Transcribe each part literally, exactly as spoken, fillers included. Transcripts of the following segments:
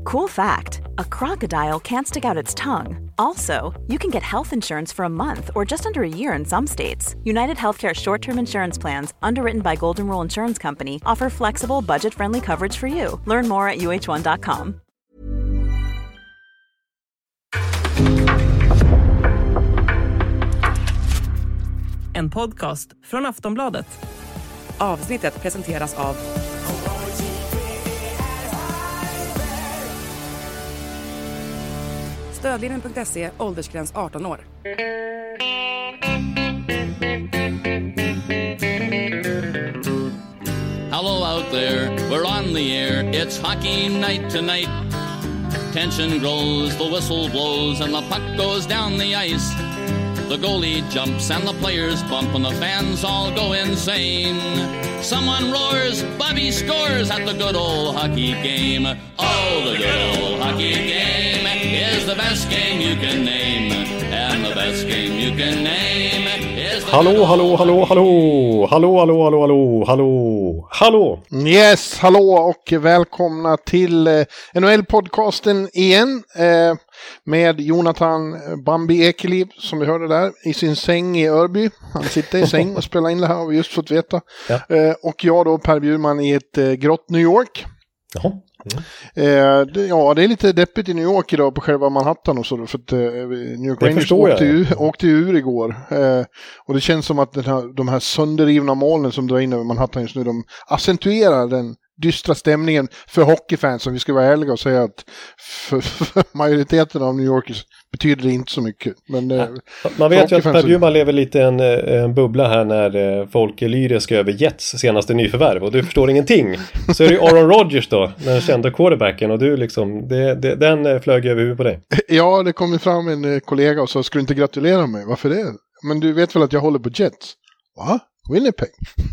Cool fact, a crocodile can't stick out its tongue. Also, you can get health insurance for a month or just under a year in some states. United Healthcare short-term insurance plans, underwritten by Golden Rule Insurance Company, offer flexible, budget-friendly coverage for you. Learn more at U H one dot com. En podcast från Aftonbladet. Avsnittet presenteras av Stödlinjen punkt se, åldersgräns arton år. Hello out there, we're on the air. It's hockey night tonight. Tension grows, the whistle blows, and the puck goes down the ice. The goalie jumps and the players bump and the fans all go insane. Someone roars, Bobby scores at the good old hockey game. Oh, the good old hockey game is the best game you can name. And the best game you can name is the Hallå, hallå, hallå, hallå. Hallå, hallå, hallå, hallå, hallå. Hallå. Yes, hallå och välkomna till eh, N H L-podcasten igen. Eh, med Jonathan Bambi Ekeliv som vi hörde där i sin säng i Örby. Han sitter i säng och spelar in det här, har vi just fått veta. Ja. Eh, och jag då, Per Bjurman, i ett eh, grått New York. Jaha. Mm. Eh, det, ja, det är lite deppigt i New York idag på själva Manhattan och så, för att eh, New York Rangers åkte, ju, åkte ur igår. Eh, och det känns som att den här, de här sönderrivna molnen som drar in över Manhattan just nu, de accentuerar den dystra stämningen för hockeyfans, som vi ska vara ärliga och säga att för, för majoriteten av New Yorkers betyder det inte så mycket. Men, ja. Man vet ju att Per Bjurman lever lite en, en bubbla här när folk är lyriska över Jets senaste nyförvärv och du förstår ingenting. Så är det Aaron Rodgers då, den kända quarterbacken, och du liksom, det, det, den flög över huvudet på dig. Ja, det kom fram en kollega och sa, ska du inte gratulera mig? Varför det? Men du vet väl att jag håller på Jets? Va? Winnipeg?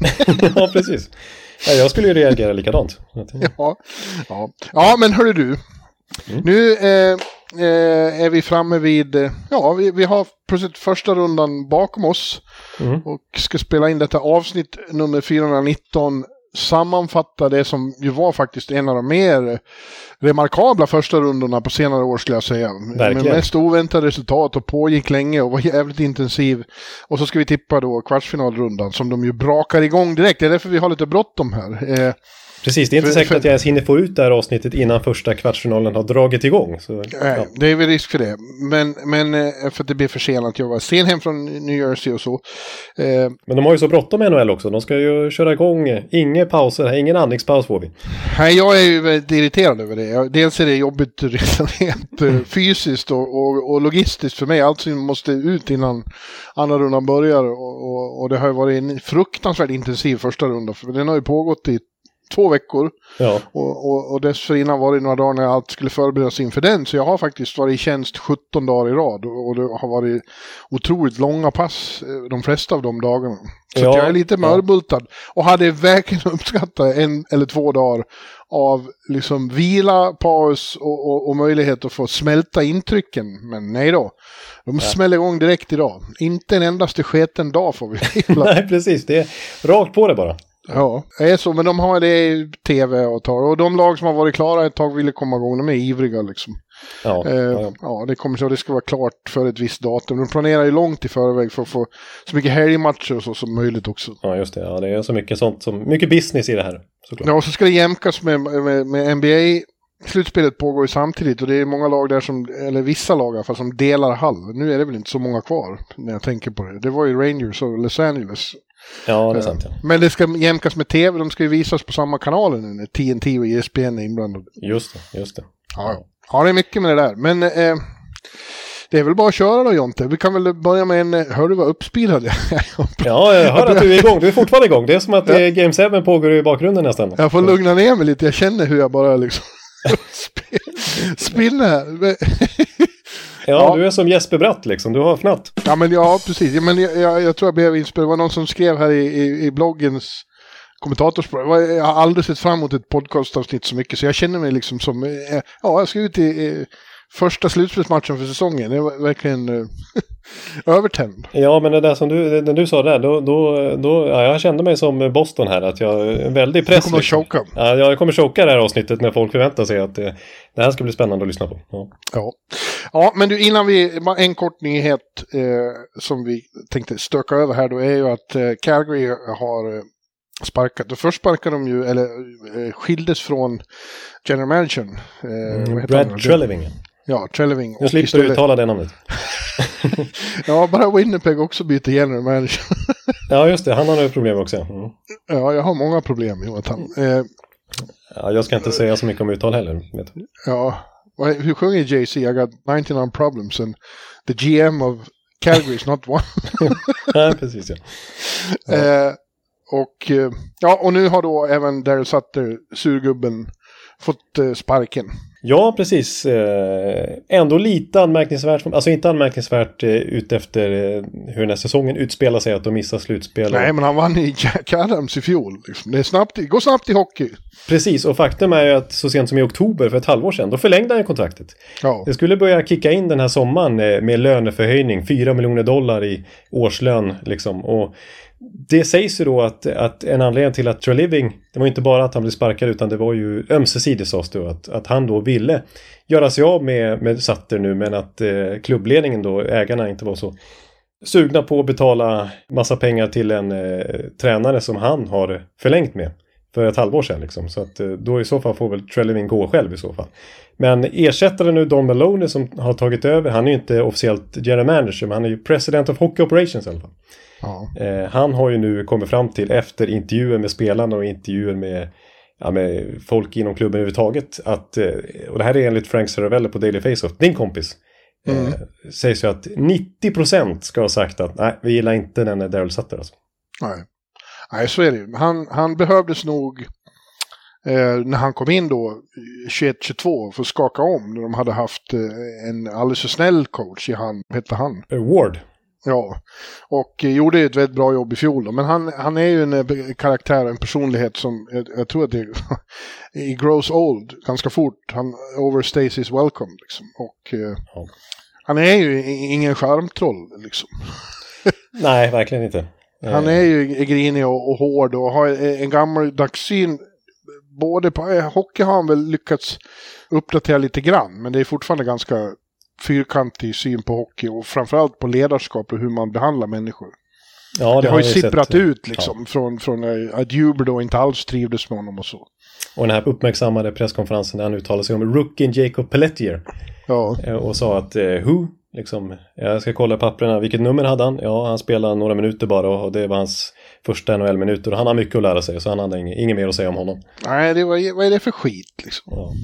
Ja, precis. Ja, jag skulle ju reagera likadant. Ja, ja. ja men hörru du. Mm. Nu eh, eh, är vi framme vid, eh, ja vi, vi har precis första rundan bakom oss. Mm. Och ska spela in detta avsnitt nummer fyrahundranitton. Sammanfatta det som ju var faktiskt en av de mer remarkabla första rundorna på senare år, skulle jag säga. Verkligen. Med mest oväntade resultat och pågick länge och var jävligt intensiv. Och så ska vi tippa då kvartsfinalrundan som de ju brakar igång direkt. Det är därför vi har lite bråttom här. Eh, Precis, det är inte för, säkert för, att jag ens hinner få ut det här avsnittet innan första kvartsfinalen har dragit igång. Så, nej, ja. Det är väl risk för det. Men, men för att det blir försenat. Jag var sen hem från New Jersey och så. Eh, men de har ju så bråttom med N H L också. De ska ju köra igång. Inga pauser, ingen andningspaus får vi. Nej, jag är ju väldigt irriterad över det. Dels är det jobbigt rent fysiskt och, och, och logistiskt för mig. Allt som måste ut innan andra rundan börjar. Och, och, och det har ju varit en fruktansvärt intensiv första runda. För den har ju pågått i två veckor. Ja. Och, och, och dessförinnan var det några dagar när allt skulle förberedas inför den. Så jag har faktiskt varit i tjänst sjutton dagar i rad. Och, och det har varit otroligt långa pass de flesta av de dagarna. Så ja, jag är lite mörbultad. Ja. Och hade verkligen uppskattat en eller två dagar av liksom vila, paus och, och, och möjlighet att få smälta intrycken. Men nej då. De ja. smäller igång direkt idag. Inte en endaste sketen dag får vi. Nej, precis. Det är rakt på det bara. Ja, det är så, men de har det i tv och tar. Och de lag som har varit klara ett tag ville komma igång, de är ivriga liksom. Ja, eh, ja. ja det kommer så, det ska vara klart för ett visst datum. De planerar ju långt i förväg för att få så mycket helgmatcher och så som möjligt också. Ja, just det. Ja, det är så mycket sånt, som, mycket business i det här, såklart. Ja, och så ska det jämkas med, med, med N B A. Slutspelet pågår ju samtidigt och det är många lag där som, eller vissa lag i alla fall, som delar halv. Nu är det väl inte så många kvar när jag tänker på det. Det var ju Rangers och Los Angeles. Ja, det är sant, ja. Men det ska jämkas med tv, de ska ju visas på samma kanaler nu när T N T och E S P N är inblandade. Just det, just det. Ja, ja det är mycket med det där. Men eh, det är väl bara att köra då, Jonte. Vi kan väl börja med en, hör du vad uppspirad jag är? Ja, jag hör att du är igång. Du är fortfarande igång. Det är som att ja. Game sju pågår i bakgrunden nästan. Jag får lugna ner mig lite. Jag känner hur jag bara liksom spinner här. Ja, ja, du är som Jesper Bratt liksom, du har fnatt. Ja, men ja, precis. Ja, men jag, jag, jag tror jag blev inspirerad. Det var någon som skrev här i, i, i bloggens kommentatorspråk. Jag har aldrig sett fram emot ett podcastavsnitt så mycket, så jag känner mig liksom som, ja, jag ska ut i, i första slutspelsmatchen för säsongen. Det var verkligen övertänd. Ja, men det där som du, när du sa det där, då, då, då ja, jag kände mig som Boston här, att jag är väldigt press. Du kommer att choka. Ja, jag kommer choka det här avsnittet när folk förväntar sig att det, det här ska bli spännande att lyssna på. Ja, ja. ja men du, innan vi, en kort nyhet eh, som vi tänkte stöka över här då är ju att eh, Calgary har eh, sparkat. Och först sparkade de ju, eller eh, skildes från general managern. Eh, mm, Brad Treliving. Ja, Treliving. Nu slipper istället... du uttala det namnet. Ja, bara Winnipeg också byter general manager. Ja, just det. Han har ett problem också. Mm. Ja, jag har många problem, Jonathan. Eh, ja, jag ska inte säga så mycket om uttal heller. Vet du. Ja, hur sjunger Jay-Z? I got nineteen problems and the G M of Calgary is not one. Ja, precis, ja. Ja. Eh, och, ja, och nu har då även Daryl Sutter, surgubben, fått eh, sparken. Ja, precis. Eh, ändå lite anmärkningsvärt, alltså inte anmärkningsvärt eh, ut efter eh, hur den här säsongen utspelar sig, att de missar slutspel. Nej, men han vann i Jack Adams i fjol. Liksom. Det är snabbt, det går snabbt i hockey. Precis, och faktum är ju att så sent som i oktober för ett halvår sedan, då förlängde han kontraktet. Ja. Det skulle börja kicka in den här sommaren eh, med löneförhöjning, fyra miljoner dollar i årslön liksom, och det sägs ju då att, att en anledning till att Treliving, det var inte bara att han blev sparkad utan det var ju ömsesidigt, sades det, att, att han då ville göra sig av med, med Sutter nu, men att eh, klubbledningen då, ägarna, inte var så sugna på att betala massa pengar till en eh, tränare som han har förlängt med för ett halvår sedan liksom. Så att eh, då i så fall får väl Treliving gå själv i så fall. Men ersättare nu Don Maloney som har tagit över, han är ju inte officiellt general manager, men han är ju president of hockey operations i alla fall. Ja. Eh, han har ju nu kommit fram till, efter intervjuer med spelarna och intervjuer med, ja, med folk inom klubben överhuvudtaget, att, eh, och det här är enligt Frank Saravelli på Daily Faceoff, din kompis, mm. eh, sägs ju att nittio procent ska ha sagt att nej, vi gillar inte den Daryl Sutter alltså. Nej. Nej, så är det ju. Han, han behövdes nog eh, när han kom in då tjugoett tjugotvå för att skaka om, när de hade haft eh, en alldeles för snäll coach i han, hette han? Ward. Ja, och eh, gjorde ett väldigt bra jobb i fjol då. Men han, han är ju en eh, karaktär, en personlighet som jag, jag tror att det he grows old ganska fort. Han overstays his welcome liksom. Och eh, ja. Han är ju ingen charmtroll liksom. Nej, verkligen inte. Han är ju grinig och, och hård och har en gammal dagssyn. Både på hockey har han väl lyckats uppdatera lite grann, men det är fortfarande ganska fyrkantig syn på hockey och framförallt på ledarskap och hur man behandlar människor. Ja, det, det har ju sipprat sett, ut liksom, ja. från, från att Huber då inte alls trivdes med honom och så. Och den här uppmärksammade presskonferensen där han uttalade sig om rookien Jacob Pelletier. Ja. Och sa att uh, who? Liksom, jag ska kolla papperna. Vilket nummer hade han? Ja, han spelade några minuter bara och det var hans första N H L-minuter. Och han har mycket att lära sig, så han hade inget, inget mer att säga om honom. Nej, det var, vad är det för skit liksom? Ja.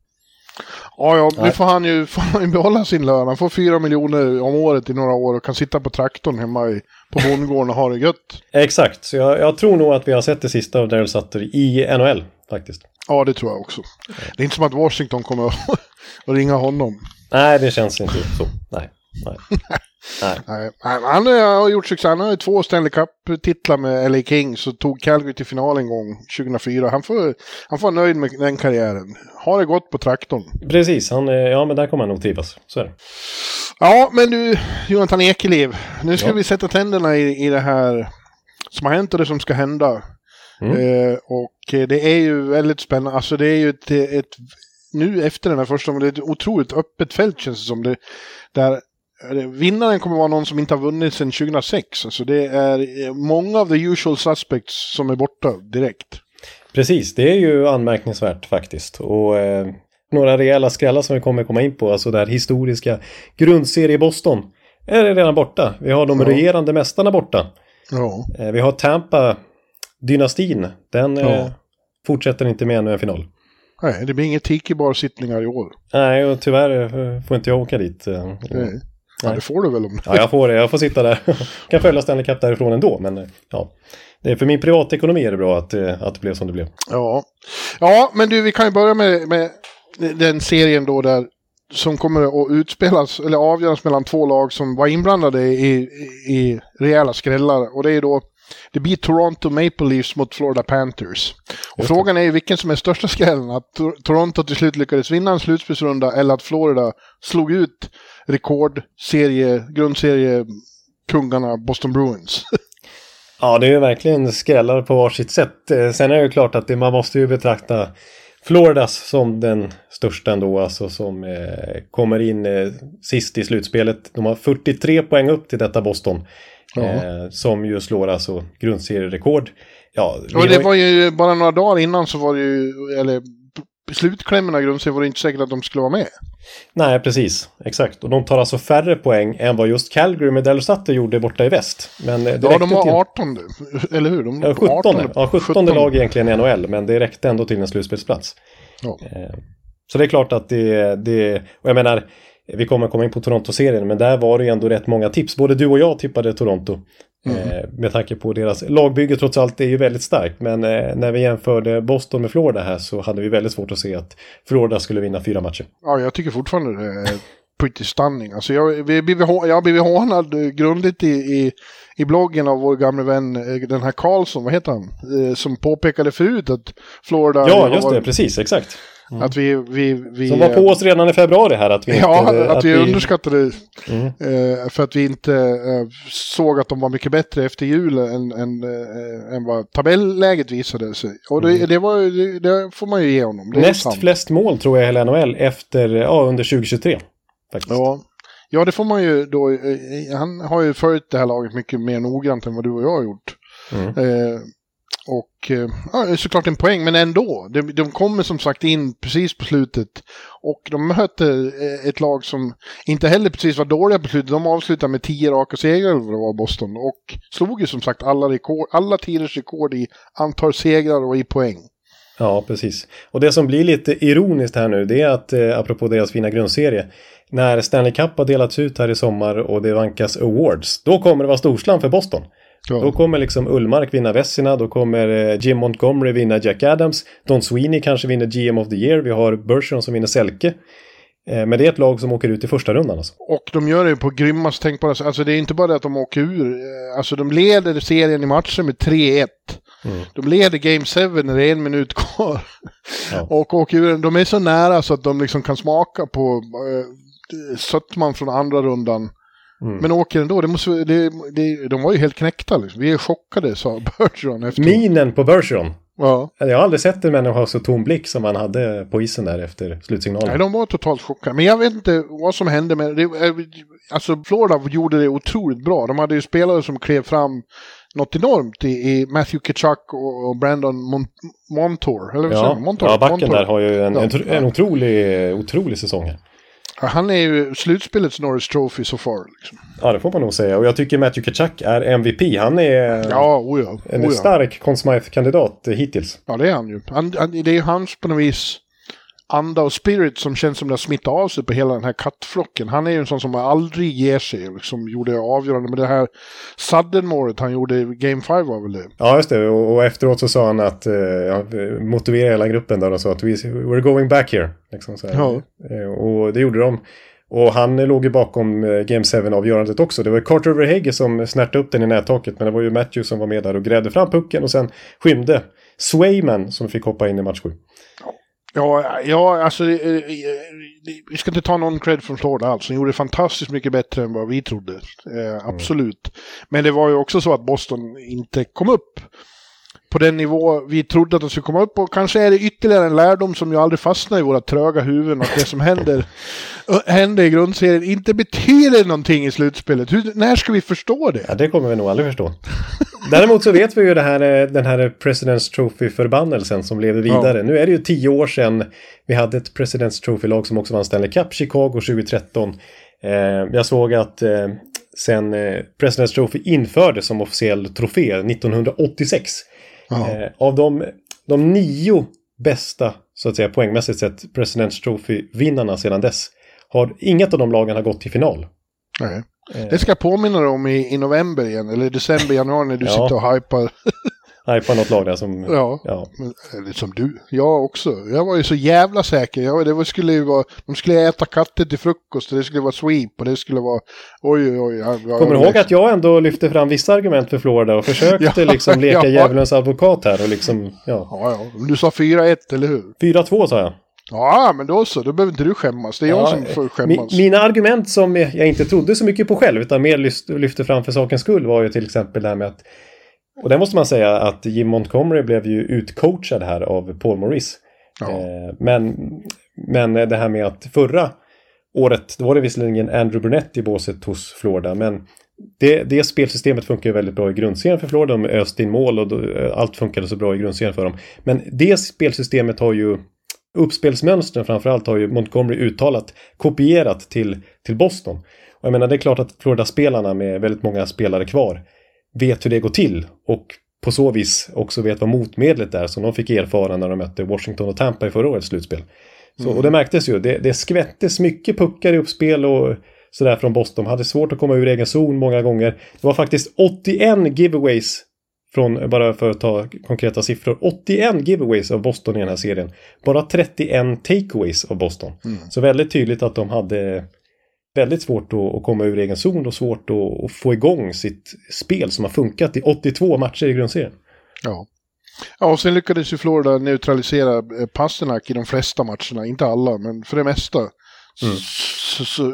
Ja, ja, nu får han ju får han ju behålla sin lön. Han får fyra miljoner om året i några år och kan sitta på traktorn hemma i, på bondgården och ha det gött. Exakt, så jag, jag tror nog att vi har sett det sista av Daryl Sutter i N H L faktiskt. Ja, det tror jag också. Det är inte som att Washington kommer att ringa honom. Nej, det känns inte så. Nej, nej. Nej. Nej, han har gjort succé. Han har två Stanley Cup-titlar med L A Kings och tog Calgary till final en gång tjugohundrafyra. Han får, han får vara nöjd med den karriären. Har det gått på traktorn. Precis, han, ja men där kommer han nog trivas. Så är det. Ja, men du, Jonathan Ekeliv. Nu ska ja. vi sätta tänderna i, i det här som har hänt och det som ska hända. Mm. Eh, och det är ju väldigt spännande. Alltså det är ju ett, ett nu efter den här första, det är ett otroligt öppet fält känns det som. Det, där vinnaren kommer vara någon som inte har vunnit sedan tjugohundrasex. Alltså det är många av the usual suspects som är borta direkt. Precis, det är ju anmärkningsvärt faktiskt. Och eh, några rejäla skrällar som vi kommer komma in på, alltså där historiska grundserie i Boston, är det redan borta. Vi har de ja. regerande mästarna borta. Ja. Eh, vi har Tampa-dynastin. Den ja. eh, fortsätter inte med ännu en final. Nej, det blir inget tiki-bar-sittningar i år. Nej, och tyvärr får inte jag åka dit. Nej. Ja, det får du väl om. Ja, jag får det. Jag får sitta där. Kan följa Stanley Cup därifrån ändå, men ja. Det är för min privatekonomi är det bra att, att det blev som det blev. Ja, ja men du, vi kan ju börja med, med den serien då där som kommer att utspelas eller avgöras mellan två lag som var inblandade i, i, i rejäla skrällar. Och det är då det blir Toronto Maple Leafs mot Florida Panthers. Och frågan är ju vilken som är största skrällen. Att Toronto till slut lyckades vinna en slutspelsrunda eller att Florida slog ut rekordserie, grundserie kungarna Boston Bruins. Ja, det är ju verkligen skrällar på varsitt sätt. Sen är det ju klart att det, man måste ju betrakta Floridas som den största ändå, alltså som eh, kommer in eh, sist i slutspelet. De har fyrtiotre poäng upp till detta Boston. Eh, som ju slår alltså grundserierekord. Ja, och det var ju bara några dagar innan så var det ju, eller slutklämmorna i grundserien var det inte säkert att de skulle vara med. Nej, precis. Exakt. Och de tar alltså färre poäng än vad just Calgary med Delsatte gjorde borta i väst. Men det ja, de var till... arton, eller hur? De ja, sjutton. arton, Ja, sjutton lag egentligen i N H L, men det räckte ändå till en slutspelsplats. Ja. Eh, så det är klart att det, det... Och jag menar, vi kommer komma in på Toronto-serien, men där var det ju ändå rätt många tips. Både du och jag tippade Toronto. Mm. Eh, med tanke på deras lagbygge trots allt är ju väldigt starkt. Men eh, när vi jämförde Boston med Florida här så hade vi väldigt svårt att se att Florida skulle vinna fyra matcher. Ja, jag tycker fortfarande det är pretty stunning. Alltså jag, vi, vi, jag har blivit hånad grundligt i, i, i bloggen av vår gamla vän, den här Karlsson, vad heter han? Eh, som påpekade förut att Florida... Ja, just det, var, precis, exakt. Mm. Att vi, vi, vi... Som var på oss redan i februari här. Att vi ja, inte, att, att vi, vi underskattade mm. eh, för att vi inte eh, såg att de var mycket bättre efter jul än, än, eh, än vad tabelläget visade sig. Och det, mm. det, var, det, det får man ju ge honom. Det näst flest mål tror jag i hela N H L efter, ja, under tjugohundratjugotre. Faktiskt. Ja. ja, det får man ju då. Eh, han har ju följt det här laget mycket mer noggrant än vad du och jag har gjort. Mm. Eh, Och ja, såklart en poäng, men ändå. De, de kommer som sagt in precis på slutet. Och de möter ett lag som inte heller precis var dåliga på slutet. De avslutar med tio raka segrar över det var Boston. Och slog ju som sagt alla, rekord, alla tiders rekord i antal segrar och i poäng. Ja, precis. Och det som blir lite ironiskt här nu, det är att, eh, apropå deras fina grundserie, när Stanley Cup har delats ut här i sommar och det vankas awards, då kommer det vara storslam för Boston. Ja. Då kommer liksom Ullmark vinna Vessina, då kommer Jim Montgomery vinna Jack Adams, Don Sweeney kanske vinner G M of the Year, vi har Bergeron som vinner Selke. Men det är ett lag som åker ut i första rundan alltså. Och de gör det på grymmast tänkbara. Alltså det är inte bara att de åker ur, alltså de leder serien i matchen med tre ett. Mm. De leder Game sju när det är en minut kvar. Ja. Och åker ur, de är så nära så att de liksom kan smaka på äh, sötman från andra rundan. Mm. Men åker ändå, det måste, det, det, de var ju helt knäckta liksom. Vi är chockade, sa Bergeron efter. Minen på Bergeron. Ja. Jag har aldrig sett en människa ha så tom blick som han hade på isen där efter slutsignalen. Nej, de var totalt chockade. Men jag vet inte vad som hände med det. Alltså Florida gjorde det otroligt bra. De hade ju spelare som klev fram något enormt i, i Matthew Tkachuk och, och Brandon Mont- Montour. Eller vad ja. Montour? Ja, backen Montour. Där har ju en, ja. en, en otrolig, otrolig säsong här. Han är ju slutspelets Norris Trophy så far. Liksom. Ja, det får man nog säga. Och jag tycker Matthew Tkachuk är M V P. Han är ja, oja, oja. en stark Conn Smythe-kandidat hittills. Ja, det är han ju. Han, han, det är ju hans på något vis anda och spirit som känns som det har smittat av sig på hela den här kattflocken. Han är ju en sån som aldrig ger sig, liksom gjorde avgörande med det här sudden-målet han gjorde i Game fem var väl det. Ja, just det. Och, och efteråt så sa han att ja, motivera hela gruppen där och sa att we, we're going back here. Liksom så här. Ja. Och det gjorde de. Och han låg ju bakom Game sju avgörandet också. Det var Carter Verhaeghe som snärtade upp den i nättaket, men det var ju Matthew som var med där och grävde fram pucken och sen skymde Swayman som fick hoppa in i match sju. Ja, ja, alltså vi ska inte ta någon cred från Florida alls. De gjorde fantastiskt mycket bättre än vad vi trodde. Eh, absolut. Mm. Men det var ju också så att Boston inte kom upp på den nivå vi trodde att de skulle komma upp på. Kanske är det ytterligare en lärdom som ju aldrig fastnar i våra tröga huvuden, att det som händer, händer i grundserien inte betyder någonting i slutspelet. Hur, när ska vi förstå det? Ja, det kommer vi nog aldrig förstå. Däremot så vet vi ju det här, den här President's Trophy-förbannelsen som lever vidare. Ja. Nu är det ju tio år sedan vi hade ett President's Trophy-lag som också vann Stanley Cup, Chicago tjugohundratretton. Eh, jag såg att eh, sen eh, President's Trophy infördes som officiell trofé nittonhundraåttiosex. Eh, av de, de nio bästa, så att säga poängmässigt sett, President's Trophy-vinnarna sedan dess har inget av de lagen har gått till final. Nej. Det ska jag påminna dig om i, i november igen, eller december, januari när du ja. sitter och hypar. hypa något lag där som... Ja, ja. Men, eller som du. Jag också. Jag var ju så jävla säker. Jag, det var, skulle ju vara... De skulle äta katter till frukost och det skulle vara sweep och det skulle vara... Oj, oj, oj. Jag, jag, Kommer du ihåg att jag ändå lyfte fram vissa argument för Florida och försökte ja, liksom leka ja. djävulens advokat här och liksom... Ja, ja, ja. Du sa fyra ett, eller hur? fyra två sa jag. Ja, men då så. Då behöver inte du skämmas. Det är ja, jag som får skämmas. Mi- mina argument som jag inte trodde så mycket på själv utan mer lyft, lyfte fram för sakens skull var ju till exempel det här med att... Och där måste man säga att Jim Montgomery blev ju utcoachad här av Paul Maurice. Ja. Eh, men, men det här med att förra året, då var det visserligen Andrew Burnett i båset hos Florida. Men det, det spelsystemet funkar ju väldigt bra i grundserien för Florida. De öste in mål och då, allt funkade så bra i grundserien för dem. Men det spelsystemet har ju, uppspelsmönstren framförallt har ju Montgomery uttalat, kopierat till, till Boston. Och jag menar det är klart att Florida-spelarna med väldigt många spelare kvar vet hur det går till och på så vis också vet vad motmedlet är som de fick erfara när de mötte Washington och Tampa i förra årets slutspel. Så, mm. Och det märktes ju, det, det skvättes mycket puckar i uppspel och sådär från Boston. De hade svårt att komma ur egen zon många gånger. Det var faktiskt åttioen giveaways från, bara för att ta konkreta siffror, åttioen giveaways av Boston i den här serien. Bara trettioen takeaways av Boston. Mm. Så väldigt tydligt att de hade... väldigt svårt att, att komma ur egen zon och svårt att, att få igång sitt spel som har funkat i åttiotvå matcher i grundserien. Ja. Ja, och sen lyckades ju Florida neutralisera Pasternak i de flesta matcherna, inte alla, men för det mesta. Mm. Så, så,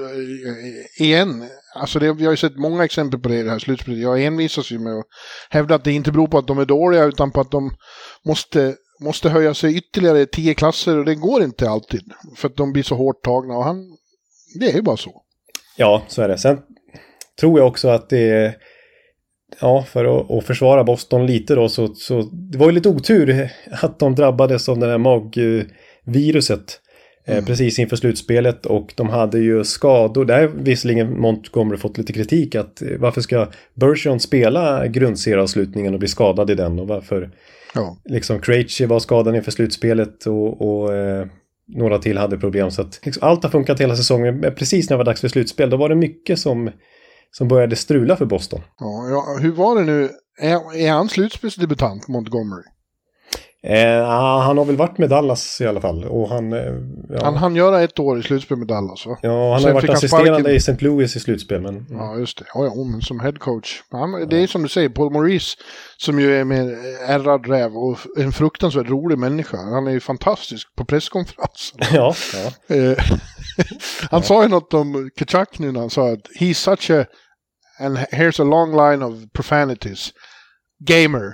igen, alltså det, vi har ju sett många exempel på det i det här slutspelet. Jag envisas ju med att hävda att det inte beror på att de är dåliga utan på att de måste, måste höja sig ytterligare tio klasser och det går inte alltid för att de blir så hårt tagna och han, det är ju bara så. Ja, så är det. Sen tror jag också att det är, ja, för att, att försvara Boston lite då, så, så det var ju lite otur att de drabbades av det här magviruset mm. eh, precis inför slutspelet och de hade ju skador. Där visserligen Montgomery fått lite kritik att varför ska Bergeron spela grundserieavslutningen och bli skadad i den och varför ja. liksom Krejci var skadad inför slutspelet och, och eh, några till hade problem så att liksom, allt har funkat hela säsongen. Precis när det var dags för slutspel då var det mycket som, som började strula för Boston. Ja, ja, hur var det nu? Är, är han slutspelsdebutant, Montgomery? Eh, han har väl varit med Dallas i alla fall. Och han, eh, ja. han hann göra ett år i slutspel med Dallas, va? Ja, han Sen har varit assisterande sparken... i Saint Louis i slutspel. Men, mm. Ja, just det. Ja, ja, men som headcoach. Han, det är som du säger, Paul Maurice som ju är med ärrad räv och en fruktansvärt rolig människa. Han är ju fantastisk på presskonferensen. Ja, ja. Han ja. sa ju något om Tkachuk nu när han sa att he's such a, and here's a long line of profanities. Gamer.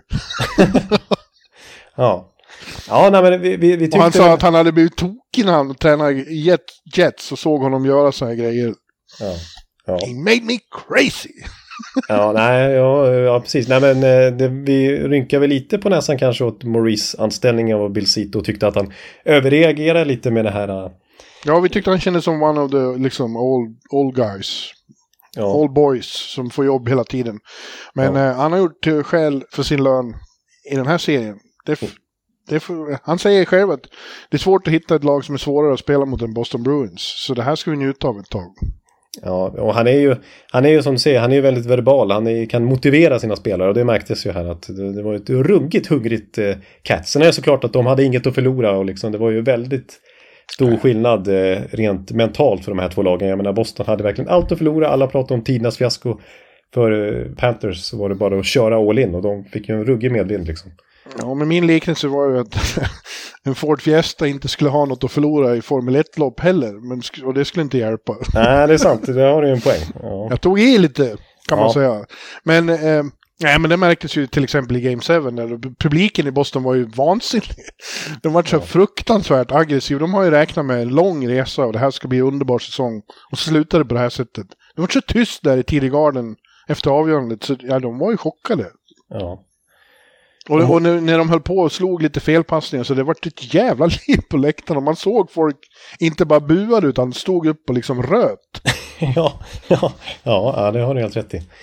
Ja. Ja, nej, men vi, vi, vi tyckte... Och han sa det... att han hade blivit tokig när han tränade jet, Jets och såg honom göra så här grejer. Ja. Ja. He made me crazy. Ja, nej, ja, ja precis. Nej, men det, vi rynkar väl lite på näsan kanske åt Maurice anställning av Bill Zito och tyckte att han överreagerade lite med det här. Ja, vi tyckte han kändes som one of the liksom old, old guys. Ja. Old boys som får jobb hela tiden. Men ja. eh, han har gjort uh, skäl för sin lön i den här serien. Det, f- det f- han säger själv att det är svårt att hitta ett lag som är svårare att spela mot än Boston Bruins. Så det här ska vi njuta av ett tag. Ja, och han är ju, han är ju som du säger, han är ju väldigt verbal. Han är, kan motivera sina spelare och det märktes ju här att det, det var ett ruggigt, hungrigt eh, Cats. Sen är det såklart att de hade inget att förlora och liksom, det var ju väldigt stor skillnad eh, rent mentalt för de här två lagen. Jag menar, Boston hade verkligen allt att förlora. Alla pratade om tidernas fiasko. För eh, Panthers så var det bara att köra all in och de fick ju en ruggig medvind liksom. Ja, men min liknelse var ju att en Ford Fiesta inte skulle ha något att förlora i Formel ett-lopp heller. Men, och det skulle inte hjälpa. Nej, det är sant. Det har du ju en poäng. Ja. Jag tog i lite, kan man ja. säga. Men, eh, nej, men det märktes ju till exempel i Game sju. Där publiken i Boston var ju vansinnig. De var så ja. fruktansvärt aggressiva. De har ju räknat med en lång resa och det här ska bli en underbar säsong. Och så slutade det på det här sättet. Det var så tyst där i T D Garden efter avgörandet. Så ja, de var ju chockade. Ja. Och, och när, när de höll på och slog lite felpassningar så det var ett jävla liv på läktaren och man såg folk inte bara buade utan stod upp och liksom röt. ja, ja, ja, det har du helt rätt i.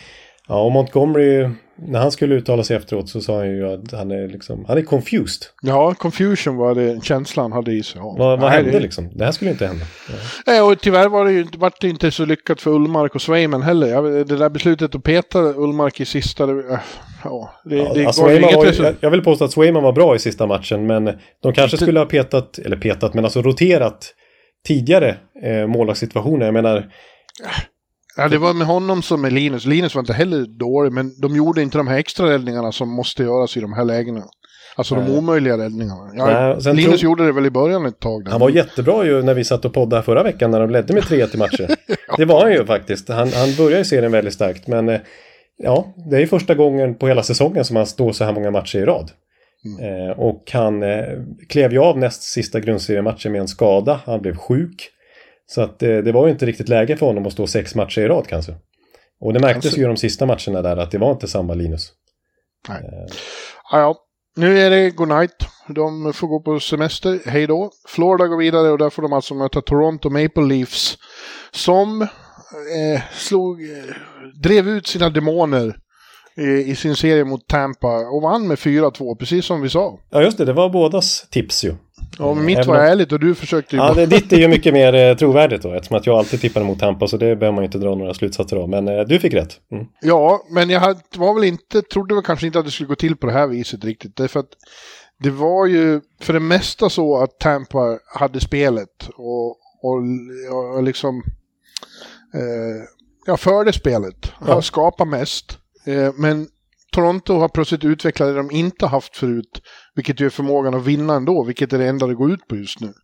Ja, och Montgomery, när han skulle uttala sig efteråt så sa han ju att han är liksom, han är confused. Ja, confusion var det känslan han hade i sig. Ja. Vad, vad Nej, hände det... liksom? Det här skulle inte hända. Ja. Ja, och tyvärr var det ju var det inte så lyckat för Ullmark och Swayman heller. Ja, det där beslutet att peta Ullmark i sista, det, ja, det, ja, det alltså, var Swayman inget var, resultat. jag, jag vill påstå att Swayman var bra i sista matchen, men de kanske inte... skulle ha petat, eller petat, men alltså roterat tidigare eh, målvaktssituationer. Jag menar... Ja, det var med honom som med Linus. Linus var inte heller dålig, men de gjorde inte de här extra räddningarna som måste göras i de här lägena. Alltså de Nej. omöjliga räddningarna. Ja, Nej, Linus tro... gjorde det väl i början ett tag. Där. Han var jättebra ju när vi satt och poddade förra veckan när de ledde med tre ett i matcher. ja. Det var han ju faktiskt. Han, han började ju serien väldigt starkt, men eh, ja, det är ju första gången på hela säsongen som han står så här många matcher i rad. Mm. Eh, och han eh, klev ju av näst sista grundseriematchen med en skada. Han blev sjuk. Så att eh, det var ju inte riktigt läge för honom att stå sex matcher i rad kanske. Och det märktes kanske. Ju de sista matcherna där att det var inte samma Linus. Nej. Eh. Ja, ja. Nu är det good night. De får gå på semester. Hej då. Florida går vidare och där får de alltså möta Toronto Maple Leafs. Som eh, slog, eh, drev ut sina demoner i sin serie mot Tampa och vann med fyra två, precis som vi sa. Ja just det, det var bådas tips ju. Ja, men mitt var ärligt och du försökte ju... Ja, det, ditt är ju mycket mer eh, trovärdigt då, eftersom att jag alltid tippade mot Tampa, så det behöver man ju inte dra några slutsatser av. Men eh, du fick rätt. Mm. Ja, men jag hade, var väl inte, trodde väl kanske inte att det skulle gå till på det här viset riktigt. Därför att det var ju för det mesta så att Tampa hade spelet och, och, och liksom eh, ja, förde spelet. Ja. Skapade mest. Eh, men Toronto har plötsligt utvecklat det de inte haft förut, vilket ju är förmågan att vinna ändå, vilket är det enda det går ut på just nu.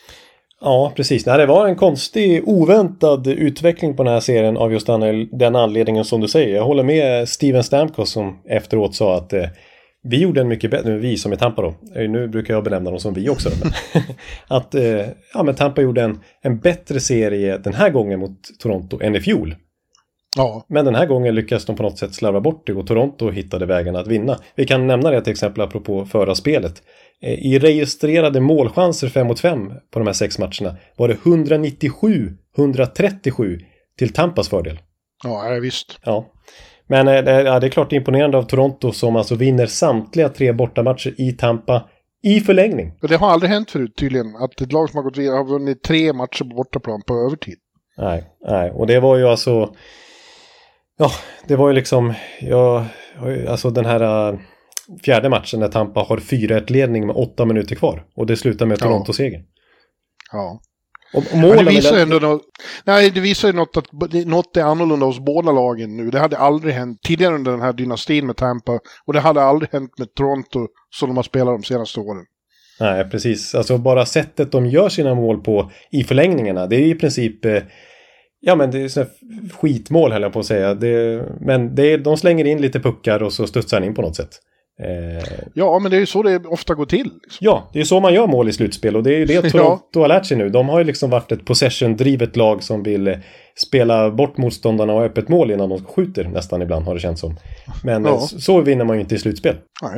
Ja, precis. Nej, det var en konstig, oväntad utveckling på den här serien av just den, den anledningen som du säger. Jag håller med Steven Stamkos som efteråt sa att eh, vi gjorde en mycket bättre, vi som är Tampa då, nu brukar jag benämna dem som vi också, men att eh, ja, men Tampa gjorde en, en bättre serie den här gången mot Toronto än i fjol. Ja. Men den här gången lyckas de på något sätt slarva bort det och Toronto hittade vägen att vinna. Vi kan nämna det till exempel apropå förra spelet. I registrerade målchanser fem mot fem på de här sex matcherna var det etthundranittiosju etthundratrettiosju till Tampas fördel. Ja, visst. Ja. Men ja, det är klart imponerande av Toronto som alltså vinner samtliga tre bortamatcher i Tampa i förlängning. Och det har aldrig hänt förut tydligen att ett lag som har gått vidare har vunnit tre matcher på bortaplan på övertid. Nej, nej. Och det var ju alltså... Ja, det var ju liksom... Ja, alltså den här uh, fjärde matchen när Tampa har fyra ett ledning med åtta minuter kvar. Och det slutar med Toronto-seger. Ja. Och, och målen, ja, det visar ju eller... ändå något, nej, det visar ju något att något är annorlunda hos båda lagen nu. Det hade aldrig hänt tidigare under den här dynastin med Tampa. Och det hade aldrig hänt med Toronto som de har spelat de senaste åren. Nej, precis. Alltså bara sättet de gör sina mål på i förlängningarna. Det är i princip... Eh, ja, men det är sådana skitmål höll jag på att säga. Det, men det är, de slänger in lite puckar och så studsar han in på något sätt. Eh, ja, men det är ju så det ofta går till. Liksom. Ja, det är så man gör mål i slutspel. Och det är ju det Toronto ja. har lärt sig nu. De har ju liksom varit ett possession-drivet lag som vill eh, spela bort motståndarna och öppet mål innan de skjuter nästan ibland, har det känts som. Men ja. eh, så vinner man ju inte i slutspel. Nej.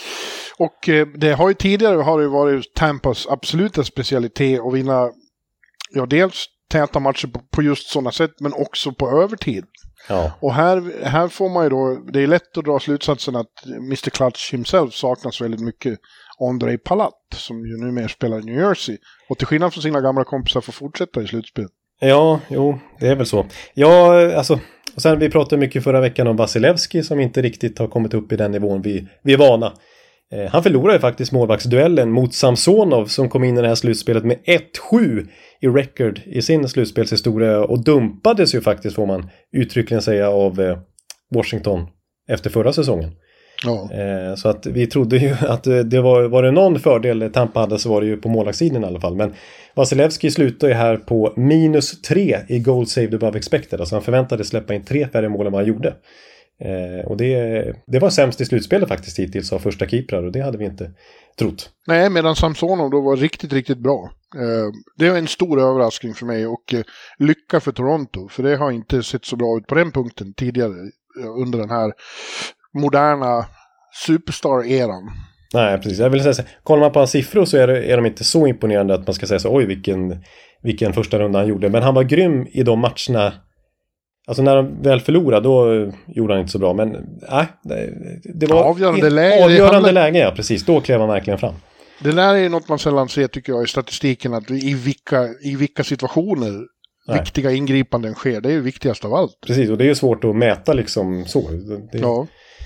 Och eh, det har ju tidigare har det varit Tampas absoluta specialitet att vinna, ja, dels täta matcher på, på just sådana sätt, men också på övertid. Ja. Och här, här får man ju då, det är lätt att dra slutsatsen att mister Clutch himself saknas väldigt mycket. Andrei Palat, som ju numera spelar i New Jersey, och till skillnad från sina gamla kompisar får fortsätta i slutspel. Ja, jo, det är väl så. Ja, alltså, och sen vi pratade mycket förra veckan om Vasilevski som inte riktigt har kommit upp i den nivån vi, vi är vana. Eh, han förlorade ju faktiskt målvaktsduellen mot Samsonov som kom in i det här slutspelet med ett sju i record i sin slutspelshistoria och dumpades ju faktiskt, får man uttryckligen säga, av eh, Washington efter förra säsongen. Ja. Eh, så att vi trodde ju att det var, var det någon fördel Tampa hade, så var det ju på målvaktssidan i alla fall. Men Vasilevski slutade ju här på minus tre i goal saved above expected. Alltså han förväntade släppa in tre färre mål än vad han gjorde. Eh, och det, det var sämst i slutspelet faktiskt hittills av första keeprar, och det hade vi inte trott. Nej, medan Samsonov då var riktigt, riktigt bra. Eh, det är en stor överraskning för mig och eh, lycka för Toronto, för det har inte sett så bra ut på den punkten tidigare eh, under den här moderna superstar-eran. Nej, precis. Jag vill säga så, kollar man på hans siffror så är, det, är de inte så imponerande att man ska säga så, oj vilken, vilken första runda han gjorde. Men han var grym i de matcherna. Alltså när de väl förlorade, då gjorde han inte så bra. Men nej, det, det var avgörande ett läge. avgörande handlar... läge, ja precis. Då klev han verkligen fram. Det där är något man sällan ser tycker jag i statistiken, att i vilka, i vilka situationer nej. viktiga ingripanden sker. Det är ju viktigast av allt. Precis, och det är ju svårt att mäta liksom så. Det, ja.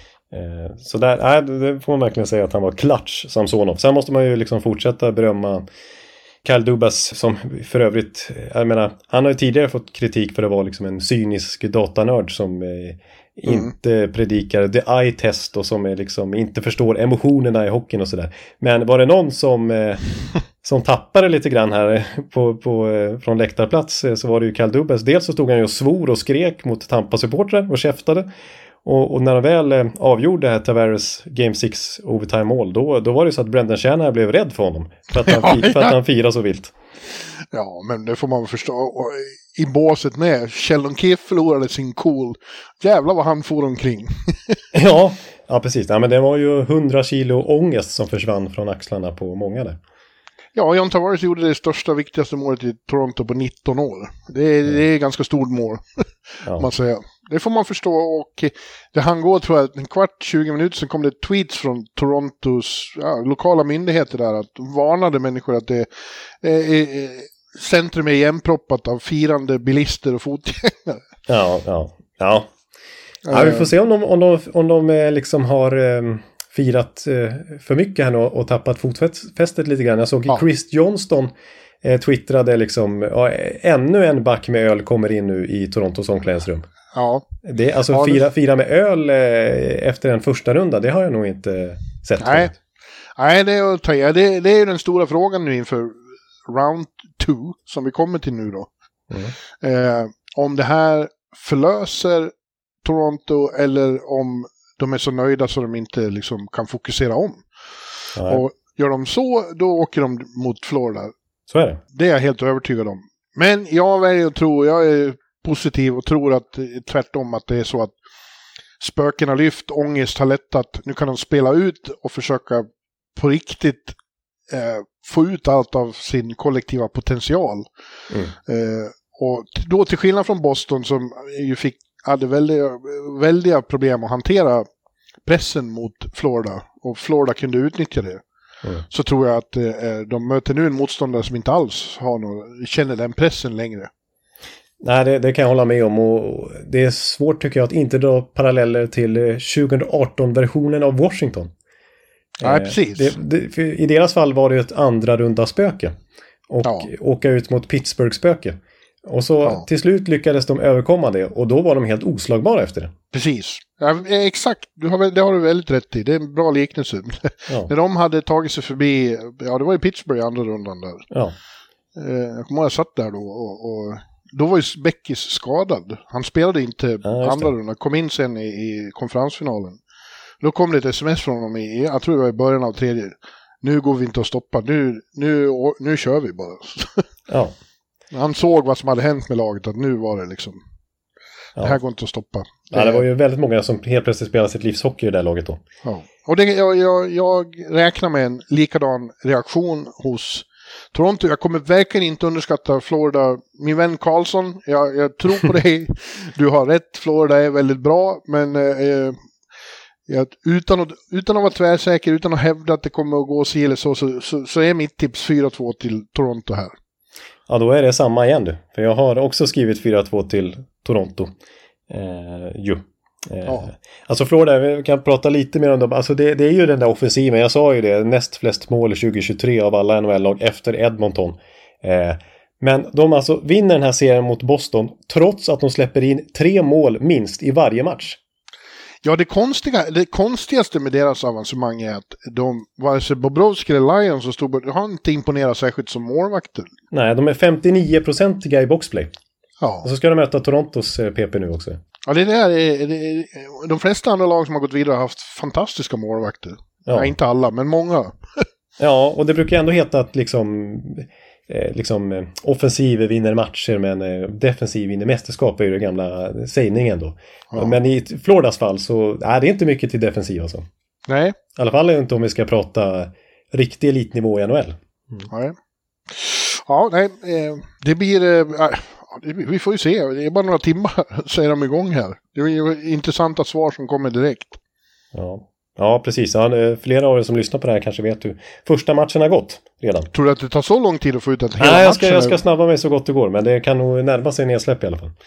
eh, så där, nej, det får man verkligen säga att han var klatsch Samsonov. Sen måste man ju liksom fortsätta berömma Kyle Dubas, som för övrigt, jag menar, han har ju tidigare fått kritik för att vara liksom en cynisk datanörd som eh, mm. inte predikar the eye test och som är liksom inte förstår emotionerna i hockeyn och sådär. Men var det någon som eh, som tappade lite grann här på, på, eh, från läktarplats eh, så var det ju Kyle Dubas. Dels så stod han ju och svor och skrek mot Tampa-supportrar och käftade. Och, och när de väl eh, avgjorde här Tavares Game sex overtime mål, då, då var det så att Brendan Shanahan blev rädd för honom. För att han, ja, för att han firar så vilt. Ja, men det får man förstå. Och i båset med, Sheldon Keefe förlorade sin cool. Jävlar vad han får omkring. ja, ja, precis. Ja, men det var ju hundra kilo ångest som försvann från axlarna på många där. Ja, John Tavares gjorde det största, viktigaste målet i Toronto på nitton år. Det är, mm. det är ganska stort mål, ja. man säger. Det får man förstå, och det han går tror jag en kvart, tjugo minuter sen kom det tweets från Torontos ja, lokala myndigheter där att de varnade människor att det är, är, centrum är igenproppat av firande bilister och fotgängare. Ja, ja, ja. ja vi får se om de, om de, om de liksom har um, firat uh, för mycket här och, och tappat fotfästet lite grann. Jag såg ja. Chris Johnston uh, twittrade liksom uh, ännu en back med öl kommer in nu i Torontos omklädningsrum. Ja. Det, alltså ja, fira, fira med öl eh, efter en första runda, det har jag nog inte sett. Nej, Nej det, är att ta, det, det är ju den stora frågan nu inför round two som vi kommer till nu då. Mm. Eh, om det här förlöser Toronto eller om de är så nöjda så de inte liksom kan fokusera om. Nej. Och gör de så, då åker de mot Florida. Så är det. Det är jag helt övertygad om. Men jag väljer att tro, jag är positiv och tror att tvärtom att det är så att spöken har lyft, ångest har lättat. Nu kan de spela ut och försöka på riktigt eh, få ut allt av sin kollektiva potential. Mm. Eh, och då till skillnad från Boston som ju fick, hade väldiga, väldiga problem att hantera pressen mot Florida och Florida kunde utnyttja det. Mm. Så tror jag att eh, de möter nu en motståndare som inte alls har någon, känner den pressen längre. Nej, det, det kan jag hålla med om, och det är svårt tycker jag att inte dra paralleller till tjugo arton-versionen av Washington. Nej, eh, precis. Det, det, för i deras fall var det ett andra runda spöke och ja. åka ut mot Pittsburgh spöke. Och så ja. till slut lyckades de överkomma det och då var de helt oslagbara efter det. Precis. Ja, exakt, du har, det har du väldigt rätt i. Det är en bra liknelse. Ja. När de hade tagit sig förbi, ja det var i Pittsburgh i andra rundan där. Ja. Eh, jag kommer ihåg jag satt där då och, och då var ju Beckis skadad. Han spelade inte ja, andra rundan. Kom in sen i, i konferensfinalen. Då kom det ett sms från honom i, jag tror det var i början av tredje. Nu går vi inte att stoppa. Nu, nu, nu kör vi bara. Ja. Han såg vad som hade hänt med laget. Att nu var det liksom. Ja. Det här går inte att stoppa. Ja, det var ju väldigt många som helt plötsligt spelade sitt livshockey i det där laget då. Ja. Och det, jag, jag, jag räknar med en likadan reaktion hos Toronto. Jag kommer verkligen inte underskatta Florida. Min vän Karlsson, jag, jag tror på dig. Du har rätt, Florida är väldigt bra. Men eh, jag, utan, att, utan att vara tvärsäker, utan att hävda att det kommer att gå si eller så, så, så, så är mitt tips fyra två till Toronto här. Ja, då är det samma igen du. För jag har också skrivit fyra två till Toronto. Eh, ju. Eh, ja. Alltså Florida, vi kan prata lite mer om dem. Alltså det, det är ju den där offensiven. Jag sa ju det, näst flest mål tjugo tjugotre av alla N H L-lag efter Edmonton. Eh, men de alltså vinner den här serien mot Boston trots att de släpper in tre mål minst i varje match. Ja, det, konstiga, det konstigaste med deras avancemang är att de, vare sig Bobrovsky eller Lions så stod, har inte imponerat särskilt som målvakter. Nej, de är femtionio-procentiga i boxplay. Ja. Och så ska de möta Torontos P P nu också. Ja, det där är, det är, de flesta andra lag som har gått vidare har haft fantastiska målvakter. Ja. Nej, inte alla, men många. Ja, och det brukar ändå heta att liksom, eh, liksom offensiv vinner matcher men eh, defensiv vinner mästerskap är ju den gamla sägningen då. Ja. Men i Floridas fall så är det inte mycket till defensiv alltså. Nej. I alla fall inte om vi ska prata riktig elitnivå i N H L. Mm. Nej. Ja, nej, eh, det blir... Eh, vi får ju se. Det är bara några timmar så är de igång här. Det är ju intressanta svar som kommer direkt. Ja, ja precis. Ja, flera av er som lyssnar på det här kanske vet hur första matchen har gått redan. Tror du att det tar så lång tid att få ut att hela Nej, jag ska, matchen jag ska snabba mig så gott det går. Men det kan nog närma sig nedsläpp i alla fall.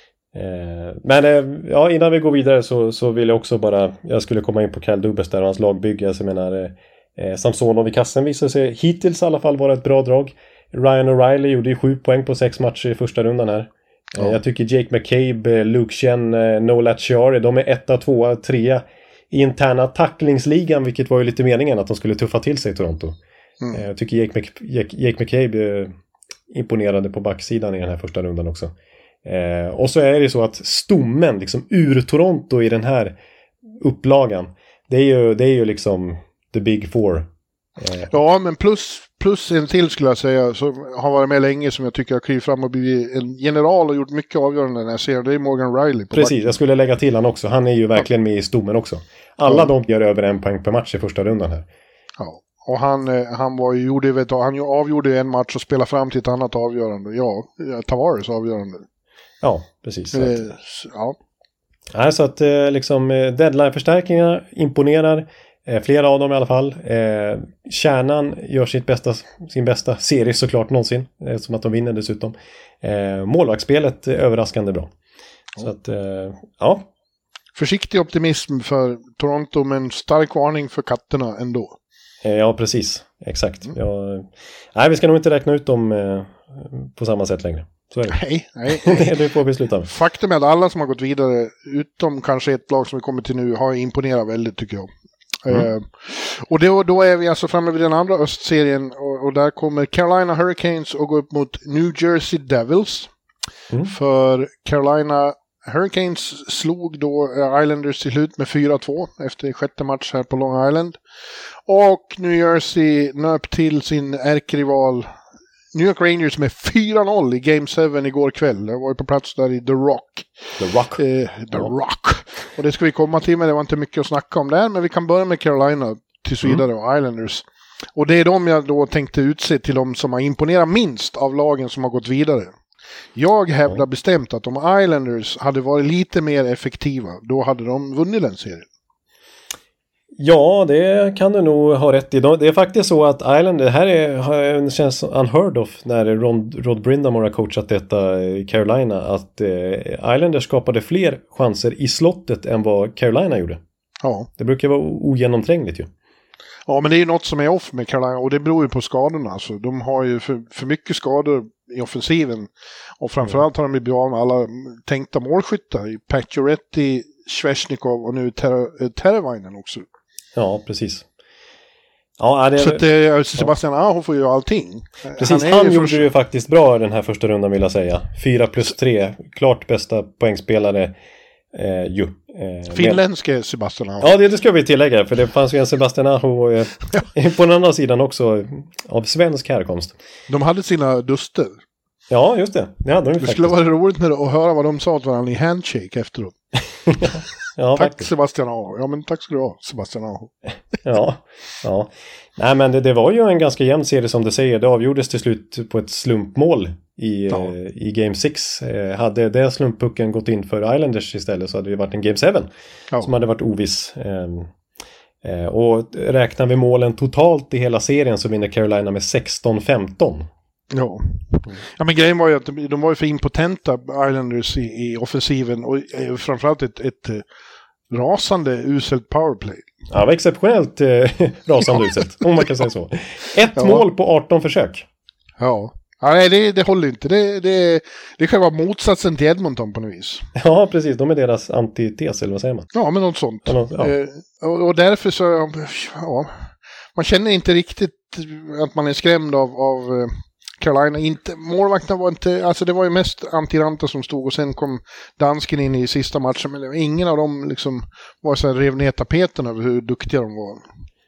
Eh, men eh, ja, innan vi går vidare så, så vill jag också bara... Jag skulle komma in på Kyle Dubas där och hans lagbygge. Alltså, jag menar, eh, Samsonov i kassen visar sig hittills i alla fall vara ett bra drag. Ryan O'Reilly gjorde ju sju poäng på sex matcher i första rundan här. Ja. Eh, jag tycker Jake McCabe, Luke Chen, eh, Nola Chiari, de är etta, tvåa, trea i interna tacklingsligan, vilket var ju lite meningen att de skulle tuffa till sig i Toronto. Mm. Eh, jag tycker Jake, Mc, Jake, Jake McCabe eh, imponerade på backsidan i den här första rundan också. Eh, och så är det så att stommen liksom ur Toronto i den här upplagan, det är ju, det är ju liksom the big four. Eh. Ja, men plus, plus en till skulle jag säga som har varit med länge, som jag tycker har klivit fram och blivit en general och gjort mycket avgörande när jag ser det är Morgan Riley. På Precis, backen. Jag skulle lägga till han också. Han är ju verkligen med i stommen också. Alla ja. de gör över en poäng per match i första rundan här. Ja. Och han, han, var, gjorde, vet du, han avgjorde en match och spelade fram till ett annat avgörande. Ja, Tavares avgörande. Ja, precis. Så eh, att, ja. Nej, så att liksom deadline-förstärkningar imponerar. Eh, flera av dem i alla fall. Eh, kärnan gör sitt bästa, sin bästa serie såklart någonsin. Eh, som att de vinner dessutom. Eh, målvaktsspelet är överraskande bra. Ja. Så att, eh, ja. Försiktig optimism för Toronto, men stark varning för katterna ändå. Eh, ja, precis. Exakt. Mm. Jag, nej, vi ska nog inte räkna ut dem eh, på samma sätt längre. Så är det. Nej, nej. det, det får vi sluta med. Faktum är att alla som har gått vidare, utom kanske ett lag som vi kommer till nu, har imponerat väldigt tycker jag. Mm. Uh, och då, då är vi alltså framme vid den andra östserien och, och där kommer Carolina Hurricanes att gå upp mot New Jersey Devils. Mm. För Carolina Hurricanes slog då Islanders till slut med fyra två efter sjätte match här på Long Island. Och New Jersey nöp till sin ärkerival New York Rangers med fyra noll i Game sju igår kväll. Jag var ju på plats där i The Rock. The Rock. Eh, The ja. Rock. Och det ska vi komma till, men det var inte mycket att snacka om där. Men vi kan börja med Carolina tills vidare mm. och Islanders. Och det är de jag då tänkte utse till de som har imponerat minst av lagen som har gått vidare. Jag hävdar mm. bestämt att om Islanders hade varit lite mer effektiva, då hade de vunnit den serien. Ja, det kan du nog ha rätt i. Det är faktiskt så att Island, det här är, känns unheard of när Rod, Rod Brindamore har coachat detta i Carolina, att eh, Islanders skapade fler chanser i slottet än vad Carolina gjorde. Ja. Det brukar vara ogenomträngligt ju. Ja, men det är ju något som är off med Carolina och det beror ju på skadorna. Alltså, de har ju för, för mycket skador i offensiven och framförallt har de blivit av med alla tänkta målskyttar. Pacioretty, Svechnikov och nu Ter- Teravainen också. Ja, precis. Ja, det, så att eh, Sebastian ja. Aho får ju allting. Precis, han, han gjorde först... ju faktiskt bra den här första rundan vill jag säga. fyra plus tre, klart bästa poängspelare eh, ju. Eh, Finländske med... Sebastian Aho. Ja, det, det ska vi tillägga, för det fanns ju en Sebastian Aho eh, på den andra sidan också av svensk härkomst. De hade sina duster. Ja, just det. Det, hade de det skulle vara roligt med att höra vad de sa till varandra i handshake efteråt. Ja, tack faktiskt. Sebastian Aho. Ja, men tack ska du ha, Sebastian Aho. ja, ja. Nej, men det, det var ju en ganska jämn serie som du säger. Det avgjordes till slut på ett slumpmål i, ja. eh, i Game sex. Eh, hade den slumppucken gått in för Islanders istället så hade det varit en Game sju ja. som hade varit oviss. Eh, eh, och räknar vi målen totalt i hela serien så vinner Carolina med sexton femton. Ja. ja, men grejen var ju att de var ju för impotenta Islanders i, i offensiven och eh, framförallt ett, ett eh, rasande uselt powerplay. Ja, det var exceptionellt eh, rasande ja. uselt, om man kan säga så. Ett ja. mål på arton försök. Ja, ja nej, det, det håller inte. Det, det, det kan vara motsatsen till Edmonton på något vis. Ja, precis. De är deras antites, eller vad säger man? Ja, men något sånt. Ja, något, ja. Eh, och, och därför så, ja, man känner inte riktigt att man är skrämd av, av Carolina. Inte, målvakten var inte, alltså det var ju mest Antiranta som stod och sen kom dansken in i sista matchen, men ingen av dem liksom var så här rev ner tapeten över hur duktiga de var.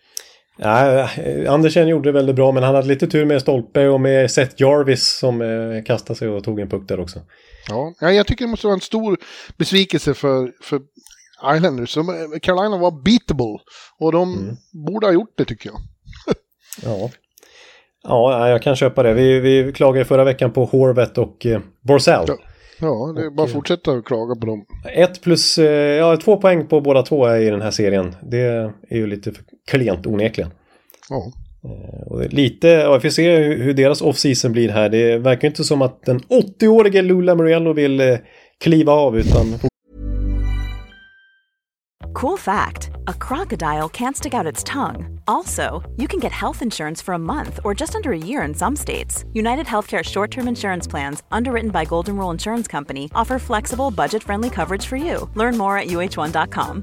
Ja, Andersen gjorde det väldigt bra, men han hade lite tur med stolpe och med Seth Jarvis som eh, kastade sig och tog en puck där också. Ja, ja, jag tycker det måste vara en stor besvikelse för, för Islanders. Carolina var beatable och de mm. borde ha gjort det tycker jag. Ja. Ja, jag kan köpa det. Vi, vi klagade förra veckan på Horvath och eh, Barzal. Ja. Ja, det är bara att fortsätta att klaga på dem. Ett plus, ja, två poäng på båda två i den här serien. Det är ju lite för klent onekligen. Ja. Och lite, ja, vi får se hur, hur deras off-season blir här. Det verkar inte som att den åttio-årige Lou Lamoriello vill eh, kliva av utan... Cool fact, a crocodile can't stick out its tongue. Also, you can get health insurance for a month or just under a year in some states. United Healthcare short-term insurance plans, underwritten by Golden Rule Insurance Company, offer flexible, budget-friendly coverage for you. Learn more at U H one dot com.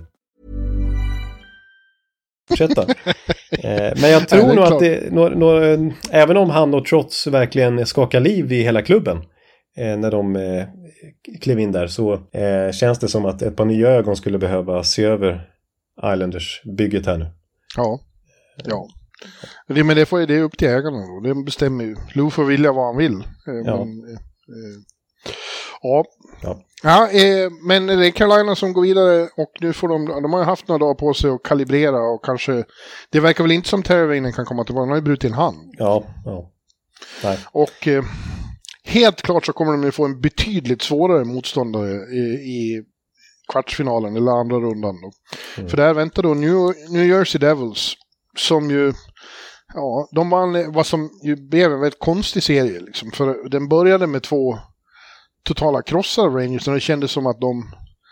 Fortsätta. eh, men jag tror nog att det, nå, nå, även om han och Trotz verkligen skakar liv i hela klubben eh, när de eh, klev in där, så eh, känns det som att ett par nya ögon skulle behöva se över Islanders bygget här nu. Ja, ja. Det, men det, får, det är upp till ägarna då. Det bestämmer ju. Lou får vilja vad han vill. Eh, ja. Men, eh, eh, ja. Ja. Ja, eh, men det är Carolina som går vidare och nu får de, de har ju haft några dagar på sig att kalibrera och kanske, det verkar väl inte som Teravainen kan komma tillbaka, han har ju brutit en hand. Ja, ja. Nej. Och eh, helt klart så kommer de ju få en betydligt svårare motståndare i, i kvartsfinalen eller andra rundan då. Mm. För där väntar då New, New Jersey Devils som ju, ja, de vann vad som ju blev en väldigt konstig serie liksom, för den började med två totala krossar av Rangers och det kändes som att de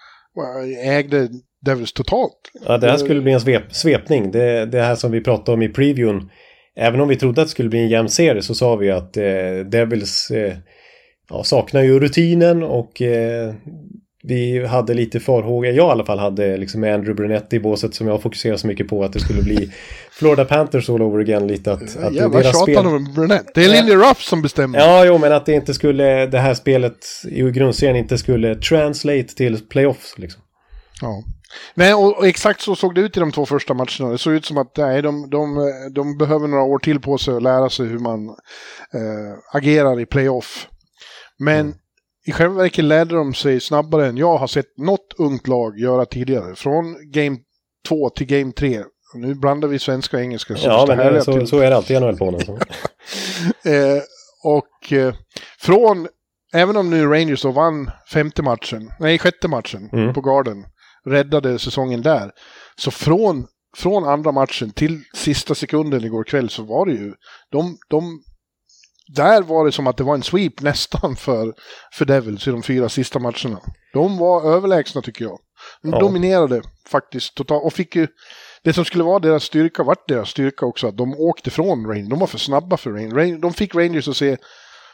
ägde Devils totalt. Ja, det här skulle bli en svep, svepning. Det, det här som vi pratade om i previewn. Även om vi trodde att det skulle bli en jämn serie så sa vi att eh, Devils eh, ja, saknar ju rutinen och eh, vi hade lite farhågor. Jag i alla fall hade liksom med Andrew Brunetti i båset som jag fokuserar så mycket på att det skulle bli Florida Panthers all over again lite. Att, att Jävla deras spel... om Brunette. Det är Lindy Ruff som bestämmer. Ja, jo, men att det inte skulle, det här spelet i grundserien inte skulle translate till playoffs liksom. Ja. Men och, och exakt så såg det ut i de två första matcherna. Det såg ut som att nej, de, de, de behöver några år till på sig att lära sig hur man eh, agerar i playoff. Men mm. i själva verket lärde de sig snabbare än jag har sett något ungt lag göra tidigare. Från game två till game tre. Nu blandar vi svenska och engelska. Så ja, men är så, till... så är det alltid i N H L på alltså. eh, Och eh, från, även om nu Rangers då vann femte matchen, nej sjätte matchen mm. på Garden, räddade säsongen där. Så från, från andra matchen till sista sekunden igår kväll så var det ju, de, de där var det som att det var en sweep nästan för, för Devils i de fyra sista matcherna. De var överlägsna tycker jag. De ja. dominerade faktiskt totalt och fick ju, det som skulle vara deras styrka vart deras styrka också, att de åkte från Rangers. De var för snabba för Rangers. De fick Rangers att se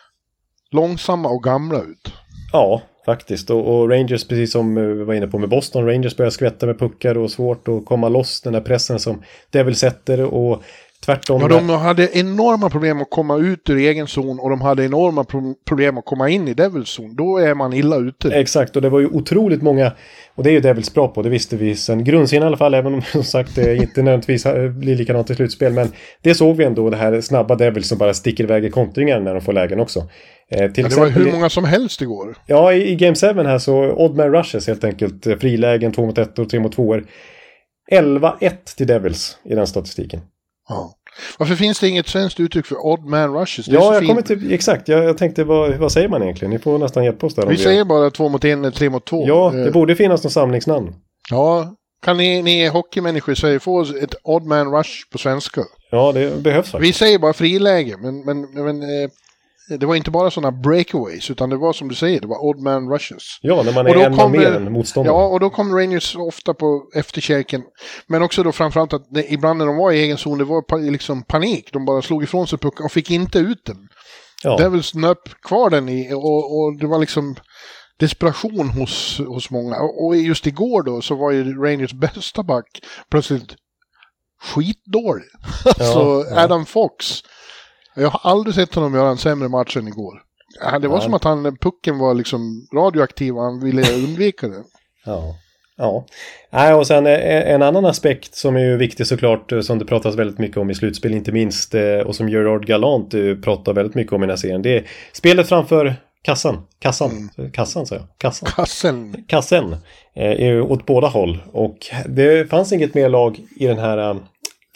långsamma och gamla ut. Ja, faktiskt. Och, och Rangers, precis som vi var inne på med Boston, Rangers börjar skvätta med puckar och svårt att komma loss den här pressen som Devils sätter och tvärtom. Ja, de hade enorma problem att komma ut ur egen zon och de hade enorma pro- problem att komma in i Devils zon. Då är man illa ute. Exakt, och det var ju otroligt många, och det är ju Devils bra på, det visste vi sen grundserien i alla fall, även om som sagt det inte nödvändigtvis blir likadant i slutspel, men det såg vi ändå, det här snabba Devils som bara sticker iväg i kontringar när de får lägen också. Eh, till ja, det exempel, var hur många som helst igår. Ja, i, i Game sju här så odd man rushes helt enkelt, frilägen två mot ett och tre mot två. elva ett till Devils i den statistiken. Ja. Varför finns det inget svenskt uttryck för odd man rushes? Det ja, jag kommer till, exakt. Jag, jag tänkte, vad, vad säger man egentligen? Ni får nästan hjälpa oss där. Vi säger bara två mot en eller tre mot två. Ja, det borde finnas någon samlingsnamn. Ja, kan ni, ni är hockeymänniskor säga få ett odd man rush på svenska? Ja, det behövs faktiskt. Vi säger bara friläge, men, men, men eh, det var inte bara sådana breakaways, utan det var som du säger, det var odd man rushes. Ja, när man är en man mer än motståndare. Ja, och då kom Rangers ofta på efterkärken. Men också då framförallt att det, ibland när de var i egen zon, det var pa, liksom panik. De bara slog ifrån sig pucken och fick inte ut den. Ja. Devils nöp kvar den i, och, och det var liksom desperation hos, hos många. Och, och just igår då så var ju Rangers bästa back plötsligt skitdålig. Ja, alltså ja. Adam Fox. Jag har aldrig sett honom göra en sämre match än igår. Det var ja. som att han, pucken var liksom radioaktiv och han ville undvika det. Ja, ja. Nej, och sen en annan aspekt som är ju viktig såklart, som det pratas väldigt mycket om i slutspel inte minst, och som Gerard Gallant pratar väldigt mycket om i den här serien, det är spelet framför kassan. Kassan, mm. kassan säger jag. Kassan. Kassen. Kassen är ju åt båda håll. Och det fanns inget mer lag i den här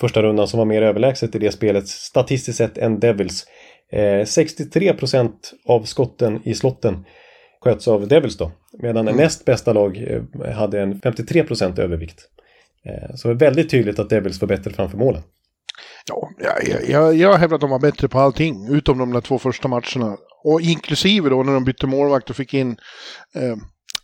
första rundan som var mer överlägset i det spelet statistiskt sett än Devils. Eh, sextiotre procent av skotten i slotten sköts av Devils då. Medan mm. näst bästa lag eh, hade en femtiotre procent övervikt. Eh, så det är väldigt tydligt att Devils var bättre framför målen. Ja, jag, jag, jag hävdar att de var bättre på allting utom de där två första matcherna. Och inklusive då när de bytte målvakt och fick in eh,